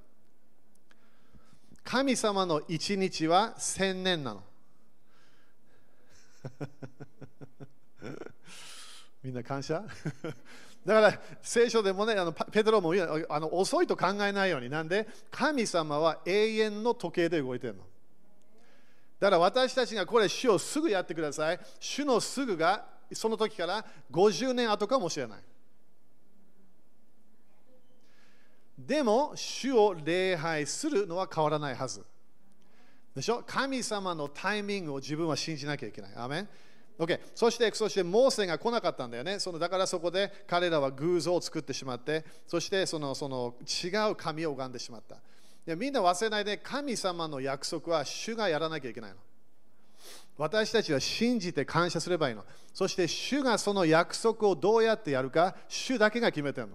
神様の一日は千年なの。みんな感謝だから聖書でもね、あのペテロも言う、あの遅いと考えないように。なんで神様は永遠の時計で動いてるの。だから私たちがこれ主をすぐやってください。主のすぐがその時からごじゅうねん後かもしれない。でも、主を礼拝するのは変わらないはず。でしょ？神様のタイミングを自分は信じなきゃいけない。アメン。Okay。そして、そしてモーセが来なかったんだよね。そのだからそこで彼らは偶像を作ってしまって、そしてそのその違う神を拝んでしまった。でみんな忘れないで、神様の約束は主がやらなきゃいけないの。私たちは信じて感謝すればいいの。そして主がその約束をどうやってやるか、主だけが決めてるの。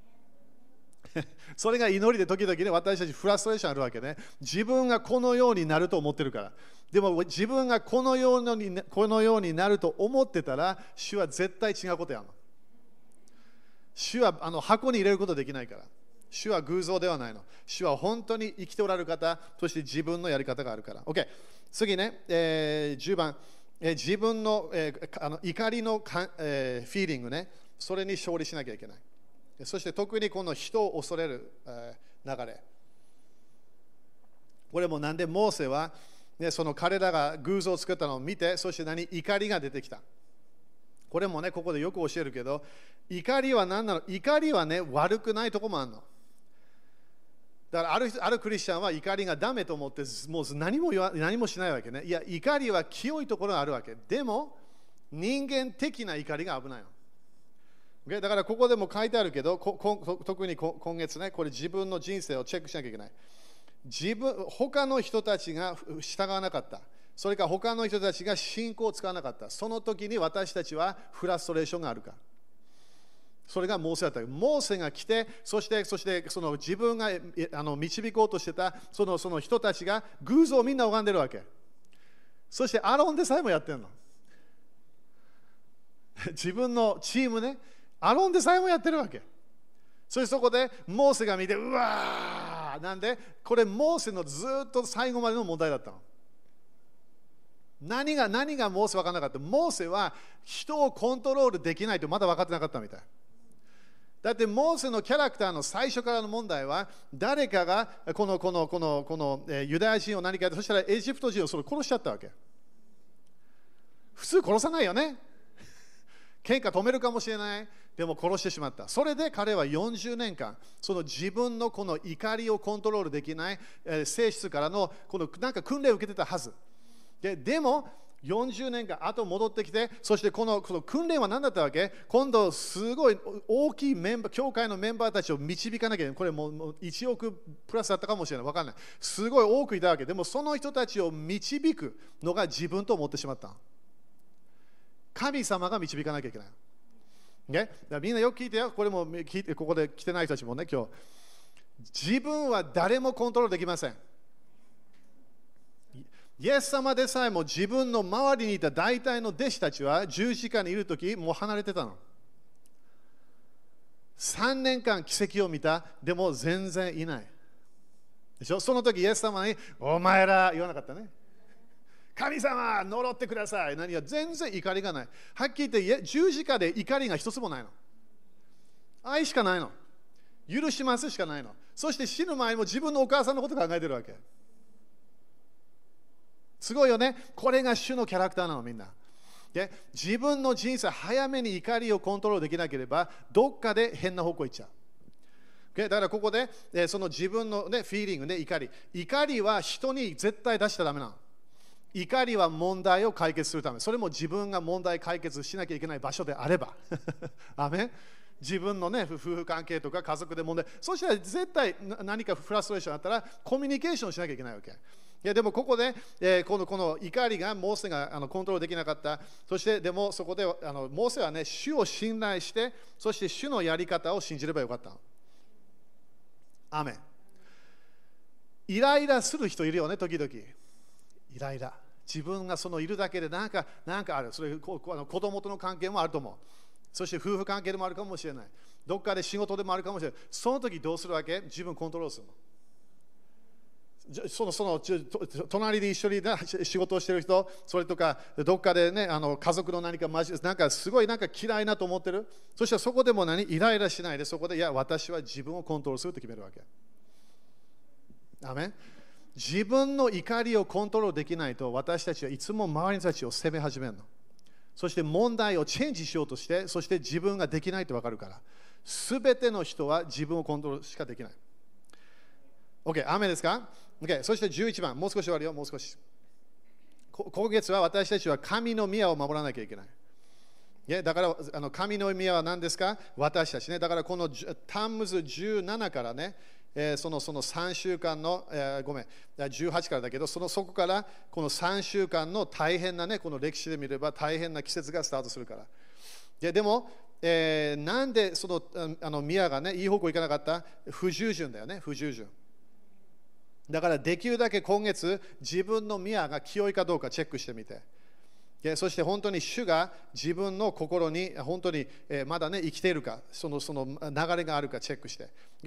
それが祈りで時々ね、私たちフラストレーションあるわけね。自分がこのようになると思ってるから。でも自分がこのように、このようになると思ってたら、主は絶対違うことやるの。主はあの箱に入れることできないから。主は偶像ではないの。主は本当に生きておられる方、そして自分のやり方があるから。OK。次ね、えー、じゅうばん、えー、自分の、えー、あの怒りのか、えー、フィーリングね、それに勝利しなきゃいけない。そして特にこの人を恐れる、えー、流れ。これもなんでモーセは、ね、その彼らが偶像を作ったのを見て、そして何？怒りが出てきた。これもね、ここでよく教えるけど、怒りは何なの？怒りはね、悪くないとこもあるの。だからある、あるクリスチャンは怒りがダメと思って、もう何も言わ、何もしないわけね。いや、怒りは清いところがあるわけ。でも、人間的な怒りが危ないの。だからここでも書いてあるけど、ここ特に今月ね、これ自分の人生をチェックしなきゃいけない。自分、他の人たちが従わなかった。それから他の人たちが信仰を使わなかった。その時に私たちはフラストレーションがあるか。それがモーセだった。モーセが来て、そして、そしてその自分があの導こうとしてたその、その人たちが偶像をみんな拝んでるわけ。そしてアロンでさえもやってるの。自分のチームね。アロンでさえもやってるわけ。そしてそこでモーセが見て、うわーなんで、これモーセのずっと最後までの問題だったの。何が、何がモーセ分からなかった？モーセは人をコントロールできないとまだ分かってなかったみたい。だってモーセのキャラクターの最初からの問題は、誰かがこの、この、この、この、えー、ユダヤ人を何かやって、そしたらエジプト人をそれ殺しちゃったわけ。普通殺さないよね。喧嘩止めるかもしれない。 でも殺してしまった。それで彼はよんじゅうねんかん、その自分のこの怒りをコントロールできない、えー、性質からのこのなんか訓練を受けてたはず。で, でもよんじゅうねんかん後戻ってきて、そしてこのこの訓練は何だったわけ？今度すごい大きいメンバー、教会のメンバーたちを導かなきゃいけない。これもういちおくプラスだったかもしれない。わかんない。すごい多くいたわけ。でもその人たちを導くのが自分と思ってしまった。神様が導かなきゃいけない。ね、だからみんなよく聞いてよ。これも聞いて、ここで来てない人たちもね、今日。自分は誰もコントロールできません。イエス様でさえも自分の周りにいた大体の弟子たちは十字架にいるときもう離れてたの。さんねんかん奇跡を見た、でも全然いない。でしょ？その時イエス様にお前ら言わなかったね。神様、呪ってください。何や、全然怒りがない。はっきり言って十字架で怒りが一つもないの。愛しかないの。許しますしかないの。そして死ぬ前も自分のお母さんのこと考えてるわけ。すごいよね。これが主のキャラクターなの、みんな。で、自分の人生、早めに怒りをコントロールできなければ、どっかで変な方向行っちゃう。だからここで、えその自分の、ね、フィーリングね、怒り。怒りは人に絶対出しちゃダメなの。怒りは問題を解決するため。それも自分が問題解決しなきゃいけない場所であれば。アメン。自分の、ね、夫婦関係とか家族で問題。そしたら絶対何かフラストレーションあったらコミュニケーションしなきゃいけないわけ。いやでもここで、えー、このこの怒りがモーセがあのコントロールできなかった。そしてでもそこであのモーセはね、主を信頼して、そして主のやり方を信じればよかった。アメン。イライラする人いるよね、時々。イライラ。自分がそのいるだけでなんか、なんかある。それこあの子供との関係もあると思う。そして夫婦関係でもあるかもしれない。どっかで仕事でもあるかもしれない。その時どうするわけ？自分コントロールするの。そのその隣で一緒に仕事をしている人、それとかどっかで、ね、あの家族の何かマジなんかすごいなんか嫌いなと思ってる。そしてそこでも何イライラしないで、そこでいや私は自分をコントロールすると決めるわけ。アメン。自分の怒りをコントロールできないと、私たちはいつも周りの人たちを責め始めるの。そして問題をチェンジしようとして、そして自分ができないと分かるから、すべての人は自分をコントロールしかできない。OK、雨ですか？ OK、そしてじゅういちばん、もう少し終わるよ、もう少し。今月は私たちは神の宮を守らなきゃいけない。いやだからあの神の宮は何ですか？私たちね。だからこのタンムズじゅうななからね、えー、そのそのさんしゅうかんの、えー、ごめん、じゅうはちからだけど、そのそこからこのさんしゅうかんの大変なね、この歴史で見れば大変な季節がスタートするから。で, でも、えー、なんでそのあの宮がね、いい方向行かなかった？不従順だよね、不従順。だからできるだけ今月、自分の宮が清いかどうかチェックしてみて。そして本当に主が自分の心に本当にまだね生きているか、そのその流れがあるかチェックして。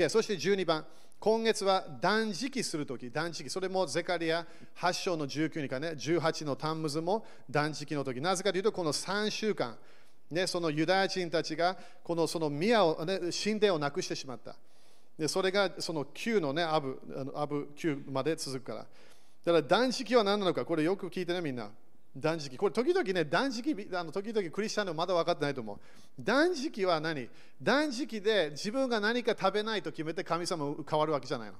そしてじゅうにばん、今月は断食するとき、断食、それもゼカリアはち章のじゅうきゅうにからね、じゅうはちのタンムズも断食のとき。なぜかというと、このさんしゅうかん、ね、そのユダヤ人たちがこのその宮を、ね、神殿をなくしてしまった。でそれがそのきゅうのね、アブ、アブきゅうまで続くから。だから断食は何なのか、これよく聞いてね、みんな。断食、これ時々ね、断食、あの時々クリスチャンでもまだ分かってないと思う。断食は何？断食で自分が何か食べないと決めて神様変わるわけじゃないの。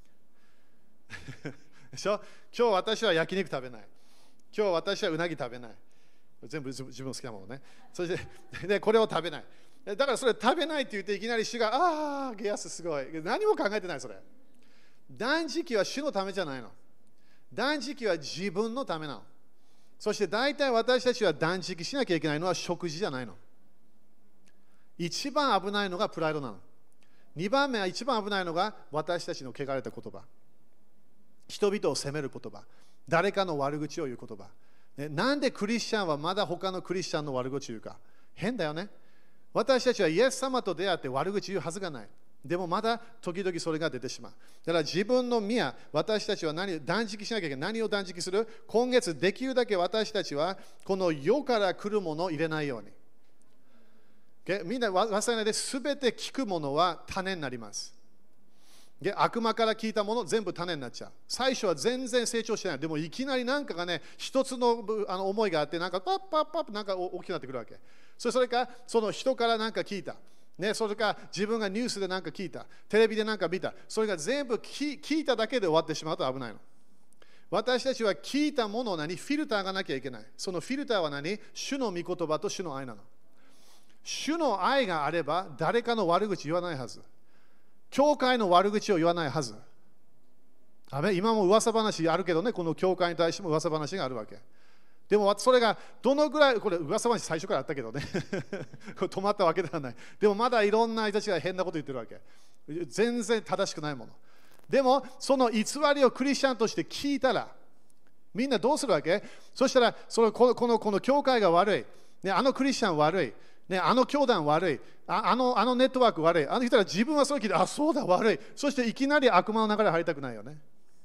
でしょ？今日私は焼肉食べない。今日私はうなぎ食べない。全部自分好きなものね。そしてでこれを食べない。だからそれ食べないって言っていきなり主が、ああ、ゲアスすごい。何も考えてない、それ。断食は主のためじゃないの。断食は自分のためなの。そして大体私たちは断食しなきゃいけないのは食事じゃないの。一番危ないのがプライドなの。二番目は一番危ないのが私たちの汚れた言葉。人々を責める言葉。誰かの悪口を言う言葉。ね、なんでクリスチャンはまだ他のクリスチャンの悪口を言うか。変だよね。私たちはイエス様と出会って悪口言うはずがない。でもまだ時々それが出てしまう。だから自分の宮、私たちは何断食しなきゃいけない。何を断食する？今月できるだけ私たちはこの世から来るものを入れないように。Okay? みんな忘れないで、すべて聞くものは種になります。 で悪魔から聞いたもの全部種になっちゃう。最初は全然成長してない。でもいきなりなんかがね、一つのあの思いがあって、なんかパッパッパッなんか大きくなってくるわけ。それそれか、その人からなんか聞いた。ね、それか自分がニュースでなんか聞いた。テレビでなんか見た。それが全部聞聞いただけで終わってしまうと危ないの。私たちは聞いたものを何フィルターがなきゃいけない。そのフィルターは何主の御言葉と主の愛なの。主の愛があれば誰かの悪口言わないはず。教会の悪口を言わないはず。今も噂話あるけどね、この教会に対しても噂話があるわけ。でもそれがどのぐらい、これ噂話最初からあったけどねこれ止まったわけではない。でもまだいろんな人たちが変なこと言ってるわけ。全然正しくないもの。でもその偽りをクリスチャンとして聞いたら、みんなどうするわけ？そしたらそのこのこのこの教会が悪い、ね、あのクリスチャン悪い、ね、あの教団悪い、ああの、あのネットワーク悪い、あの人は自分はそれ聞いて、あ、そうだ悪い。そしていきなり悪魔の流れ入りたくないよね。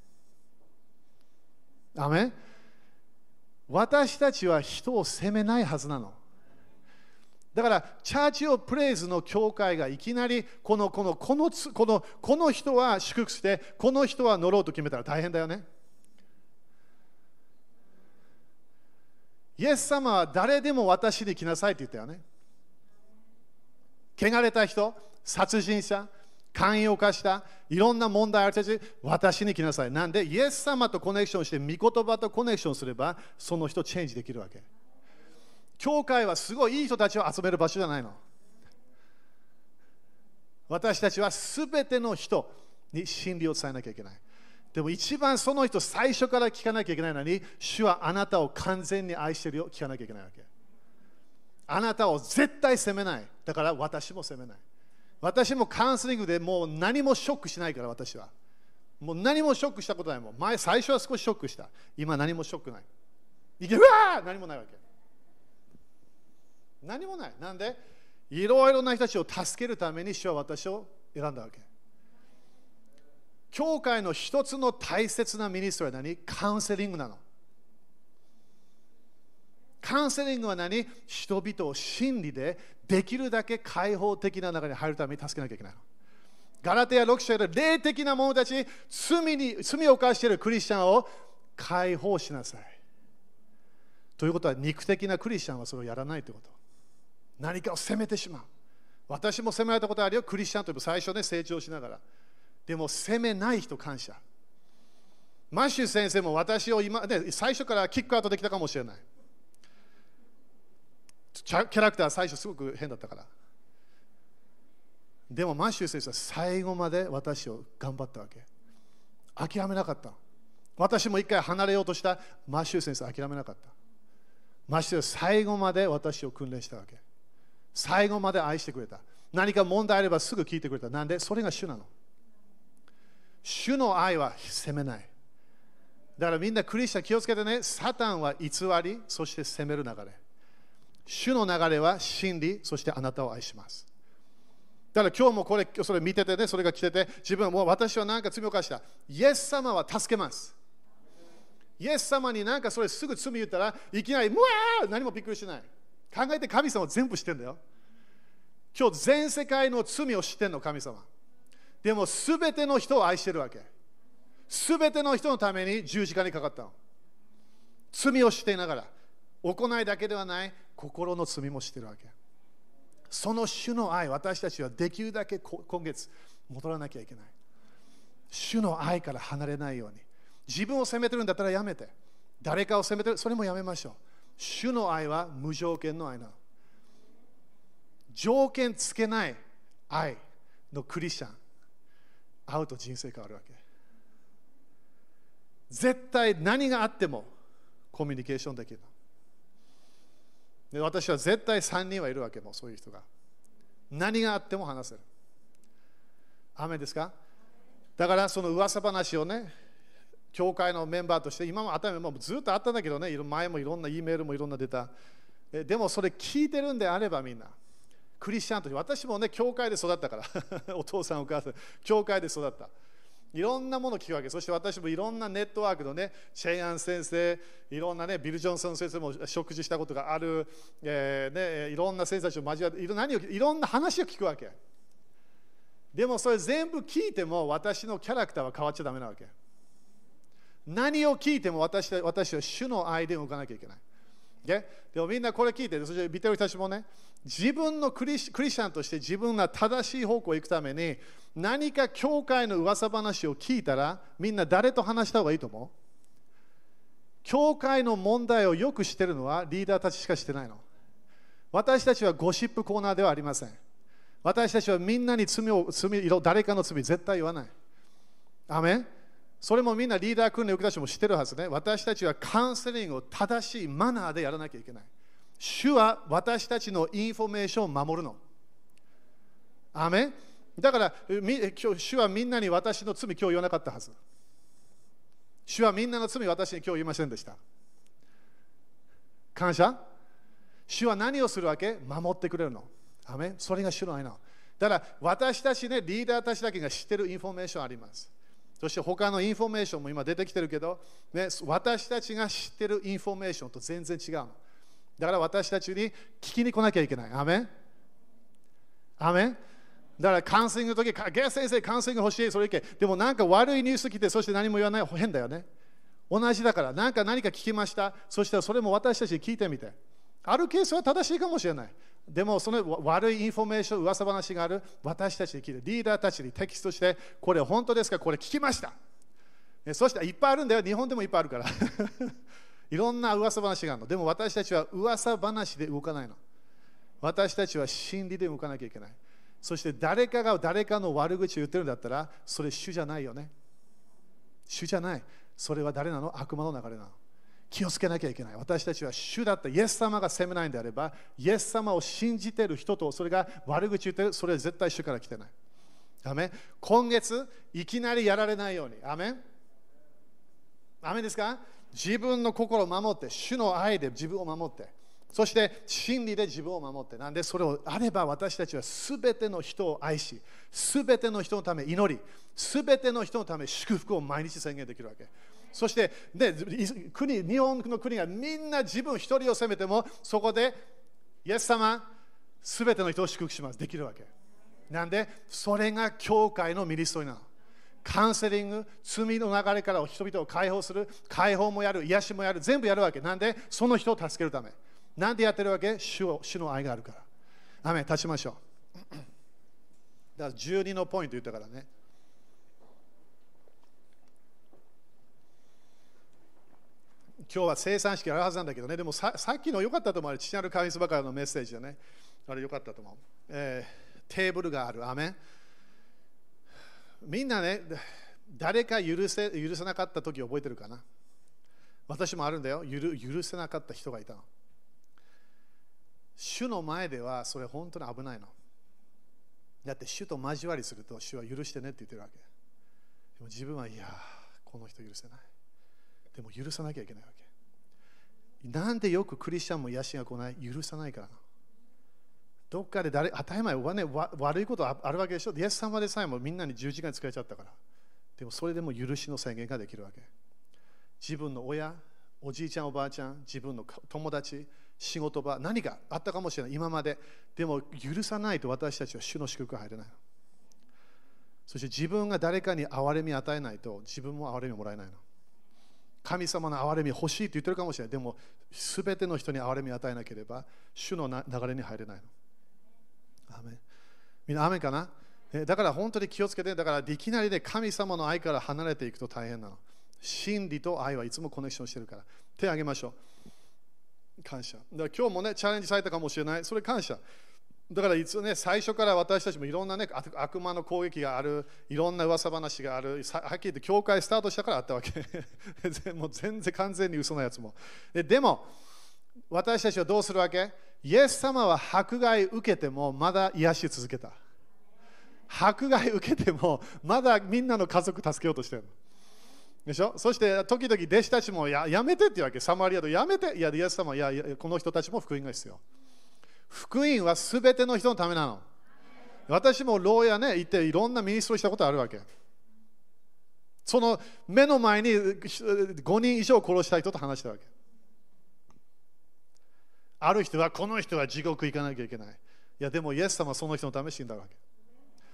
アメン。私たちは人を責めないはずなの。だから、チャーチオブプレイズの教会がいきなりこの、この、この、この、この人は祝福して、この人は乗ろうと決めたら大変だよね。イエス様は誰でも私に来なさいって言ったよね。汚れた人、殺人者、寛容化した、いろんな問題ある人たち、私に来なさい。なんで、イエス様とコネクションして、御言葉とコネクションすれば、その人チェンジできるわけ。教会はすごいいい人たちを集める場所じゃないの。私たちはすべての人に真理を伝えなきゃいけない。でも一番その人最初から聞かなきゃいけないのに、主はあなたを完全に愛してるよ、聞かなきゃいけないわけ。あなたを絶対責めない。だから私も責めない。私もカウンセリングでもう何もショックしないから、私は。もう何もショックしたことないもん。前、最初は少しショックした。今何もショックない。いけうわー何もないわけ。何もない。なんでいろいろな人たちを助けるために主は私を選んだわけ。教会の一つの大切なミニストリーは何？カウンセリングなの。カウンセリングは何？人々を真理でできるだけ開放的な中に入るために助けなきゃいけないの。ガラテヤろく章で霊的な者たち、罪に罪を犯しているクリスチャンを解放しなさい。ということは肉的なクリスチャンはそれをやらないということ。何かを責めてしまう。私も責められたことあるよ。クリスチャンという最初ね、成長しながら。でも責めない人感謝。マシュー先生も私を今、ね、最初からキックアウトできたかもしれない。キャラクター最初すごく変だったから。でもマシュー先生は最後まで私を頑張ったわけ。諦めなかった。私も一回離れようとしたマシュー先生は諦めなかった。マシューは最後まで私を訓練したわけ。最後まで愛してくれた。何か問題あればすぐ聞いてくれた。なんで？それが主なの。主の愛は責めない。だからみんなクリスチャン気をつけてね。サタンは偽り、そして責める流れ。主の流れは真理、そしてあなたを愛します。だから今日もこれ、それ見ててね、それが来てて、自分はもう私は何か罪を犯した。イエス様は助けます。イエス様に何かそれすぐ罪言ったらいきなり、うわー何もびっくりしない。考えて神様全部知ってるんだよ。今日全世界の罪を知ってるの、神様。でもすべての人を愛してるわけ。すべての人のために十字架にかかったの。罪を知っていながら、行いだけではない心の罪も知ってるわけ。その主の愛、私たちはできるだけ今月戻らなきゃいけない。主の愛から離れないように。自分を責めてるんだったらやめて。誰かを責めてる、それもやめましょう。主の愛は無条件の愛なの。条件つけない愛のクリスチャン、会うと人生変わるわけ。絶対何があってもコミュニケーションできるの。で私は絶対さんにんはいるわけも、そういう人が。何があっても話せる。アメンですか？だからその噂話をね、教会のメンバーとして、今も頭もずっとあったんだけどね、前もいろんな E メールもいろんな出た。でもそれ聞いてるんであればみんな、クリスチャンとして、私もね、教会で育ったから、お父さんお母さん、教会で育った。いろんなものを聞くわけ。そして私もいろんなネットワークのね、シェイアン先生、いろんなね、ビル・ジョンソン先生も食事したことがある、えーね、いろんな先生たちを交わって、いろ何をいろんな話を聞くわけ。 でもそれ全部聞いても私のキャラクターは変わっちゃダメなわけ。何を聞いても私は私は主の愛で動かなきゃいけない。Okay? でもみんなこれ聞いて、そして見てる人たちもね、自分のクリス、クリスチャンとして自分が正しい方向へ行くために何か教会の噂話を聞いたらみんな誰と話した方がいいと思う？教会の問題をよく知ってるのはリーダーたちしか知ってないの。私たちはゴシップコーナーではありません。私たちはみんなに罪を、罪、誰かの罪絶対言わない。アメン。それもみんなリーダー訓練を受けた人も知ってるはずね。私たちはカウンセリングを正しいマナーでやらなきゃいけない。主は私たちのインフォメーションを守るの。アメン。だから、主はみんなに私の罪今日言わなかったはず。主はみんなの罪私に今日言いませんでした。感謝。主は何をするわけ？守ってくれるの。アメン。それが主の愛なの。だから私たちね、リーダーたちだけが知ってるインフォメーションあります。そして他のインフォメーションも今出てきてるけど、ね、私たちが知ってるインフォメーションと全然違うの。だから私たちに聞きに来なきゃいけない。アメン。アメン。だからカウンセリングの時、ゲス先生、カウンセリング欲しい、それいけ。でもなんか悪いニュース来て、そして何も言わない、変だよね。同じだから、なんか何か聞きました。そしたらそれも私たちに聞いてみて。あるケースは正しいかもしれない。でもその悪いインフォメーション、噂話がある私たちに聞いて、リーダーたちにテキストして、これ本当ですか、これ聞きました。そしていっぱいあるんだよ、日本でもいっぱいあるから。いろんな噂話があるの。でも私たちは噂話で動かないの。私たちは真理で動かなきゃいけない。そして誰かが誰かの悪口を言ってるんだったら、それ主じゃないよね。主じゃない。それは誰なの？悪魔の流れなの。気をつけなきゃいけない。私たちは主だったイエス様が責めないんであれば、イエス様を信じている人とそれが悪口言ってる、それは絶対主から来てない。アメン。今月いきなりやられないように。アメン。アメンですか？自分の心を守って、主の愛で自分を守って、そして真理で自分を守って、なんでそれをあれば私たちはすべての人を愛し、すべての人のため祈り、すべての人のため祝福を毎日宣言できるわけ。そしてで国、日本の国がみんな自分一人を責めても、そこでイエス様、すべての人を祝福します。できるわけ。なんでそれが教会のミニストリーなの。カウンセリング、罪の流れから人々を解放する、解放もやる、癒しもやる、全部やるわけ。なんでその人を助けるため。なんでやってるわけ？主を、主の愛があるから。アメン。立ちましょう。だからじゅうにのポイント言ったからね。今日は生産式あるはずなんだけどね、でも さ, さっきの良かったと思う。父なる神様からのメッセージだね。あれ良かったと思う。えー、テーブルがある。アメン。みんなね、誰か許せ許せなかった時覚えてるかな？私もあるんだよ。許, 許せなかった人がいたの。主の前ではそれ本当に危ないの。だって主と交わりすると主は許してねって言ってるわけ。でも自分はいや、この人許せない。でも許さなきゃいけないわけ。なんでよくクリスチャンも癒しが来ない？許さないからな。どっかで誰、当たり前はね、悪いことあるわけでしょ。イエス様でさえもみんなに十字架に使えちゃったから。でもそれでも許しの宣言ができるわけ。自分の親、おじいちゃんおばあちゃん、自分の友達、仕事場、何かあったかもしれない、今まで。でも許さないと私たちは主の祝福が入れないの。そして自分が誰かに憐れみ与えないと自分も憐れみもらえないの。神様の憐れみ欲しいと言ってるかもしれない。でもすべての人に憐れみ与えなければ主の流れに入れないの。アメン。みんなアメンかな？だから本当に気をつけて。だからいきなりで神様の愛から離れていくと大変なの。真理と愛はいつもコネクションしてるから。手を挙げましょう。感謝。だから今日もね、チャレンジされたかもしれない。それ感謝。だからいつね、最初から私たちもいろんなね、悪魔の攻撃がある、いろんな噂話がある、はっきり言って教会スタートしたからあったわけ。もう全然完全に嘘のやつも。で, でも、私たちはどうするわけ？イエス様は迫害受けてもまだ癒し続けた。迫害受けてもまだみんなの家族助けようとしてるの。でしょ？そして時々弟子たちも や, やめてって言うわけ。サマリアとやめて。いや、イエス様はいやいや、この人たちも福音が必要。福音はすべての人のためなの。私も牢屋ね、行っていろんなミニストリーしたことあるわけ。その目の前にごにん以上殺した人と話したわけ。ある人はこの人は地獄行かなきゃいけない。いや、でもイエス様はその人のために死んだわけ。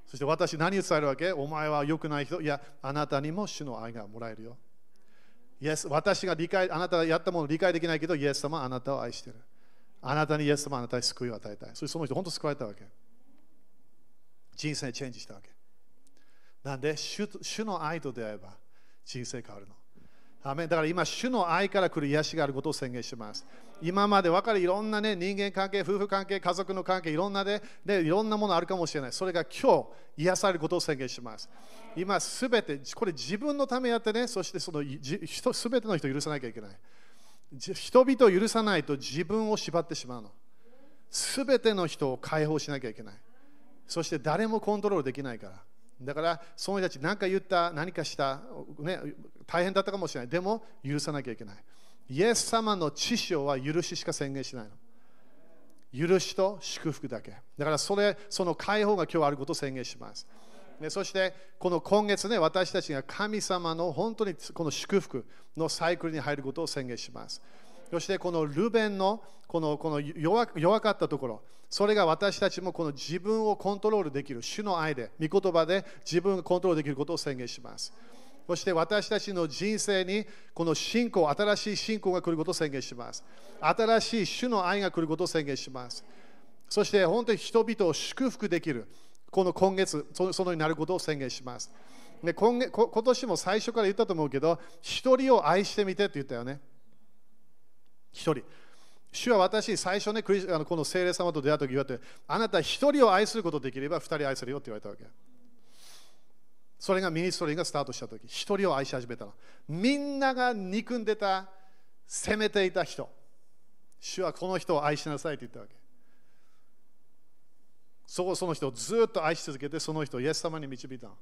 そして私何を伝えるわけ？お前は良くない人。いや、あなたにも主の愛がもらえるよ。イエス、私が理解、あなたがやったものを理解できないけど、イエス様はあなたを愛している。あなたにイエス様はあなたに救いを与えたい。そしてその人、本当に救われたわけ。人生チェンジしたわけ。なんで主、主の愛と出会えば人生変わるの。アメン。だから今、主の愛から来る癒しがあることを宣言します。今まで分かるいろんな、ね、人間関係、夫婦関係、家族の関係、いろんなで、でいろんなものあるかもしれない。それが今日癒されることを宣言します。今、すべて、これ自分のためやってね、そしてその人すべての人を許さなきゃいけない。人々を許さないと自分を縛ってしまうの。すべての人を解放しなきゃいけない。そして誰もコントロールできないから。だからその人たち何か言った、何かした、ね、大変だったかもしれない。でも許さなきゃいけない。イエス様の知性は許ししか宣言しないの。許しと祝福だけ。だからそれ、その解放が今日あることを宣言します。ね、そしてこの今月ね、私たちが神様の本当にこの祝福のサイクルに入ることを宣言します。そしてこのルベンのこのこの 弱, 弱かったところ、それが私たちもこの自分をコントロールできる、主の愛で、御言葉で自分をコントロールできることを宣言します。そして私たちの人生にこの信仰、新しい信仰が来ることを宣言します。新しい主の愛が来ることを宣言します。そして本当に人々を祝福できる、この今月、そのようになることを宣言します。で 今, 月今年も最初から言ったと思うけど、一人を愛してみてって言ったよね。一人。主は私に最初ね、クリあのこの聖霊様と出会った時言われて、あなた一人を愛することできれば二人愛するよって言われたわけ。それがミニストリーがスタートした時、一人を愛し始めたの。みんなが憎んでた、責めていた人。主はこの人を愛しなさいって言ったわけ。そその人をずっと愛し続けて、その人をイエス様に導いたの。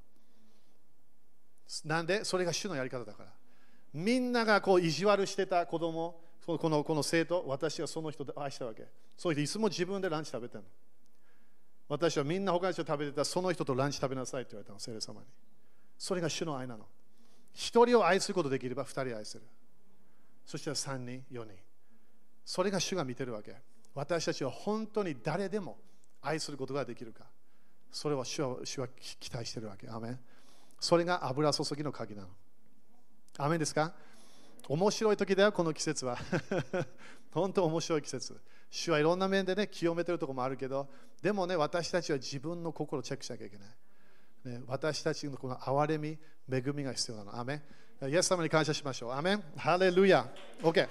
なんでそれが主のやり方だから。みんながこう意地悪してた子供、このこの生徒、私はその人を愛したわけ。その人いつも自分でランチ食べてるの。私はみんな他の人食べてた、その人とランチ食べなさいって言われたの、聖霊様に。それが主の愛なの。一人を愛することできれば二人愛する。そして三人、四人。それが主が見てるわけ。私たちは本当に誰でも愛することができるか。それは主は、主は期待しているわけ。アメン。それが油注ぎの鍵なの。アメンですか？面白い時だよ、この季節は。本当面白い季節。主はいろんな面でね、清めてるところもあるけど、でもね、私たちは自分の心をチェックしなきゃいけない。ね、私たちのこの憐れみ、恵みが必要なの。アメン。イエス様に感謝しましょう。アメン。ハレルヤ。OK。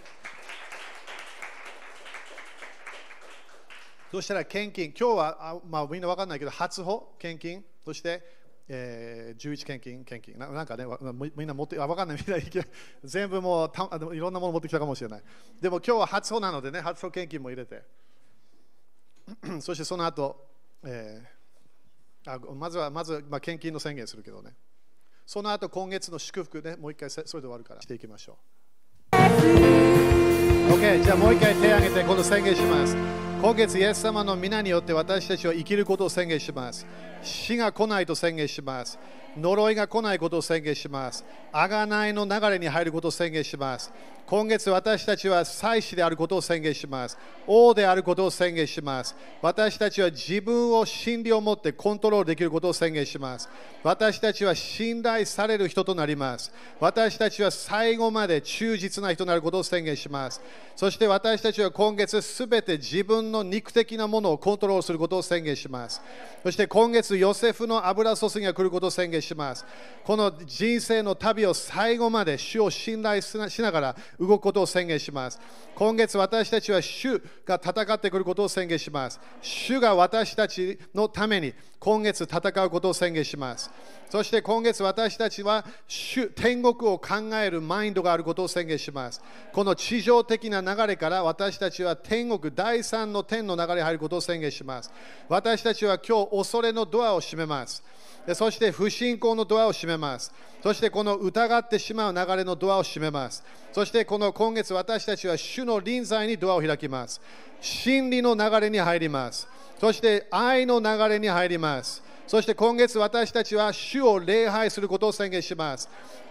そしたら献金、今日はあ、まあ、みんな分かんないけど、初歩、献金、そして、えー、じゅういち献金、献金な、なんかね、みんな持って、あ、分かんない、みんな全部もうたいろんなもの持ってきたかもしれない。でも今日は初歩なのでね、初歩献金も入れて、そしてその後、えー、あまずは、まず、まあ、献金の宣言するけどね、その後今月の祝福ね、もう一回それで終わるからしていきましょう。OK、じゃあもう一回手を挙げて、この宣言します。今月、イエス様の皆によって私たちは生きることを宣言します。死が来ないと宣言します。呪いが来ないことを宣言します。贖いの流れに入ることを宣言します。今月、私たちは祭司であることを宣言します。王であることを宣言します。私たちは自分を真理を持ってコントロールできることを宣言します。私たちは信頼される人となります。私たちは最後まで忠実な人となることを宣言します。そして私たちは今月すべて自分の肉的なものをコントロールすることを宣言します。そして今月ヨセフの油注ぎが来ることを宣言します。この人生の旅を最後まで主を信頼しながら動くことを宣言します。今月私たちは主が戦ってくることを宣言します。主が私たちのために今月戦うことを宣言します。そして今月私たちは主天国を考えるマインドがあることを宣言します。この地上的な流れから私たちは天国第三の天の流れに入ることを宣言します。私たちは今日恐れのドアを閉めます。そして不信仰のドアを閉めます。そしてこの疑ってしまう流れのドアを閉めます。そしてこの今月私たちは主の臨在にドアを開きます。真理の流れに入ります。そして愛の流れに入ります。そして今月私たちは主を礼拝することを宣言します。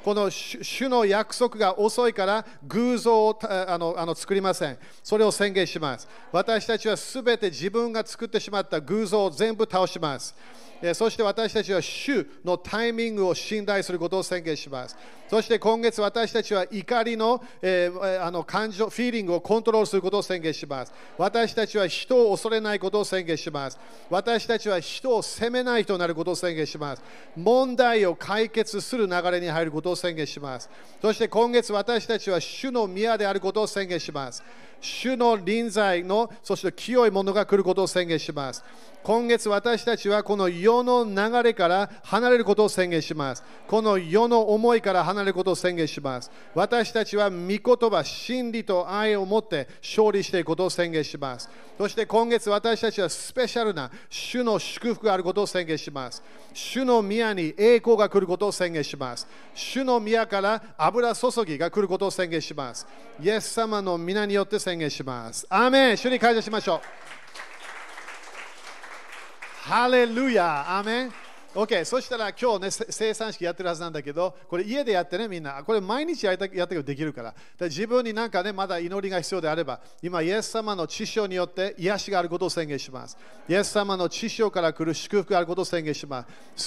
この主の約束が遅いから偶像をあのあの作りません。それを宣言します。私たちはすべて自分が作ってしまった偶像を全部倒します。そして私たちは主のタイミングを信頼することを宣言します。そして今月私たちは怒りの、えー、あの感情、フィーリングをコントロールすることを宣言します。私たちは人を恐れないことを宣言します。私たちは人を責めない人になることを宣言します。問題を解決する流れに入ることを宣言します。そして今月私たちは主の宮であることを宣言します。主の臨在の、そして清いものが来ることを宣言します。今月私たちはこの世の流れから離れることを宣言します。この世の思いから離れることを宣言します。私たちは御言葉、真理と愛を持って勝利していくことを宣言します。そして今月私たちはスペシャルな主の祝福があることを宣言します。主の宮に栄光が来ることを宣言します。主の宮から油注ぎが来ることを宣言します。イエス様の皆によって宣言します。アーメン。主に感謝しましょう。ハレルヤ、アーメン。OK、そしたら今日ね、生産式やってるはずなんだけど、これ家でやってね、みんな。これ毎日やったやったけどできるから。で自分になんかね、まだ祈りが必要であれば、今、イエス様の血潮によって癒しがあることを宣言します。イエス様の血潮から来る祝福があることを宣言します。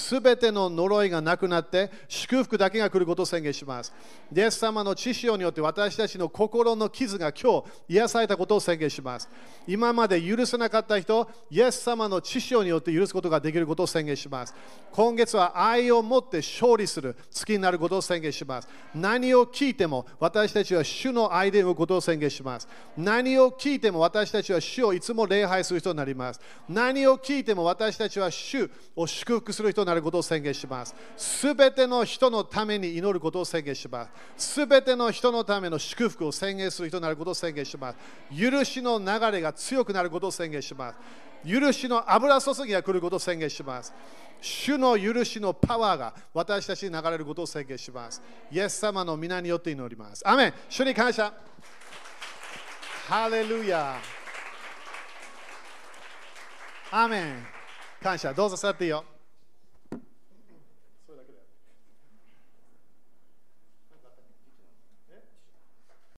すべての呪いがなくなって、祝福だけが来ることを宣言します。イエス様の血潮によって私たちの心の傷が今日癒されたことを宣言します。今まで許せなかった人、イエス様の血潮によって許すことができることを宣言します。今月は愛を持って勝利する月になることを宣言します。何を聞いても私たちは主の愛で生むことを宣言します。何を聞いても私たちは主をいつも礼拝する人になります。何を聞いても私たちは主を祝福する人になることを宣言します。すべての人のために祈ることを宣言します。すべての人のための祝福を宣言する人になることを宣言します。許しの流れが強くなることを宣言します。許しの油注ぎが来ることを宣言します。主の許しのパワーが私たちに流れることを宣言します。イエス様の皆によって祈ります。アメン。主に感謝。ハレルヤ。アメン。感謝。どうぞ座っていいよ。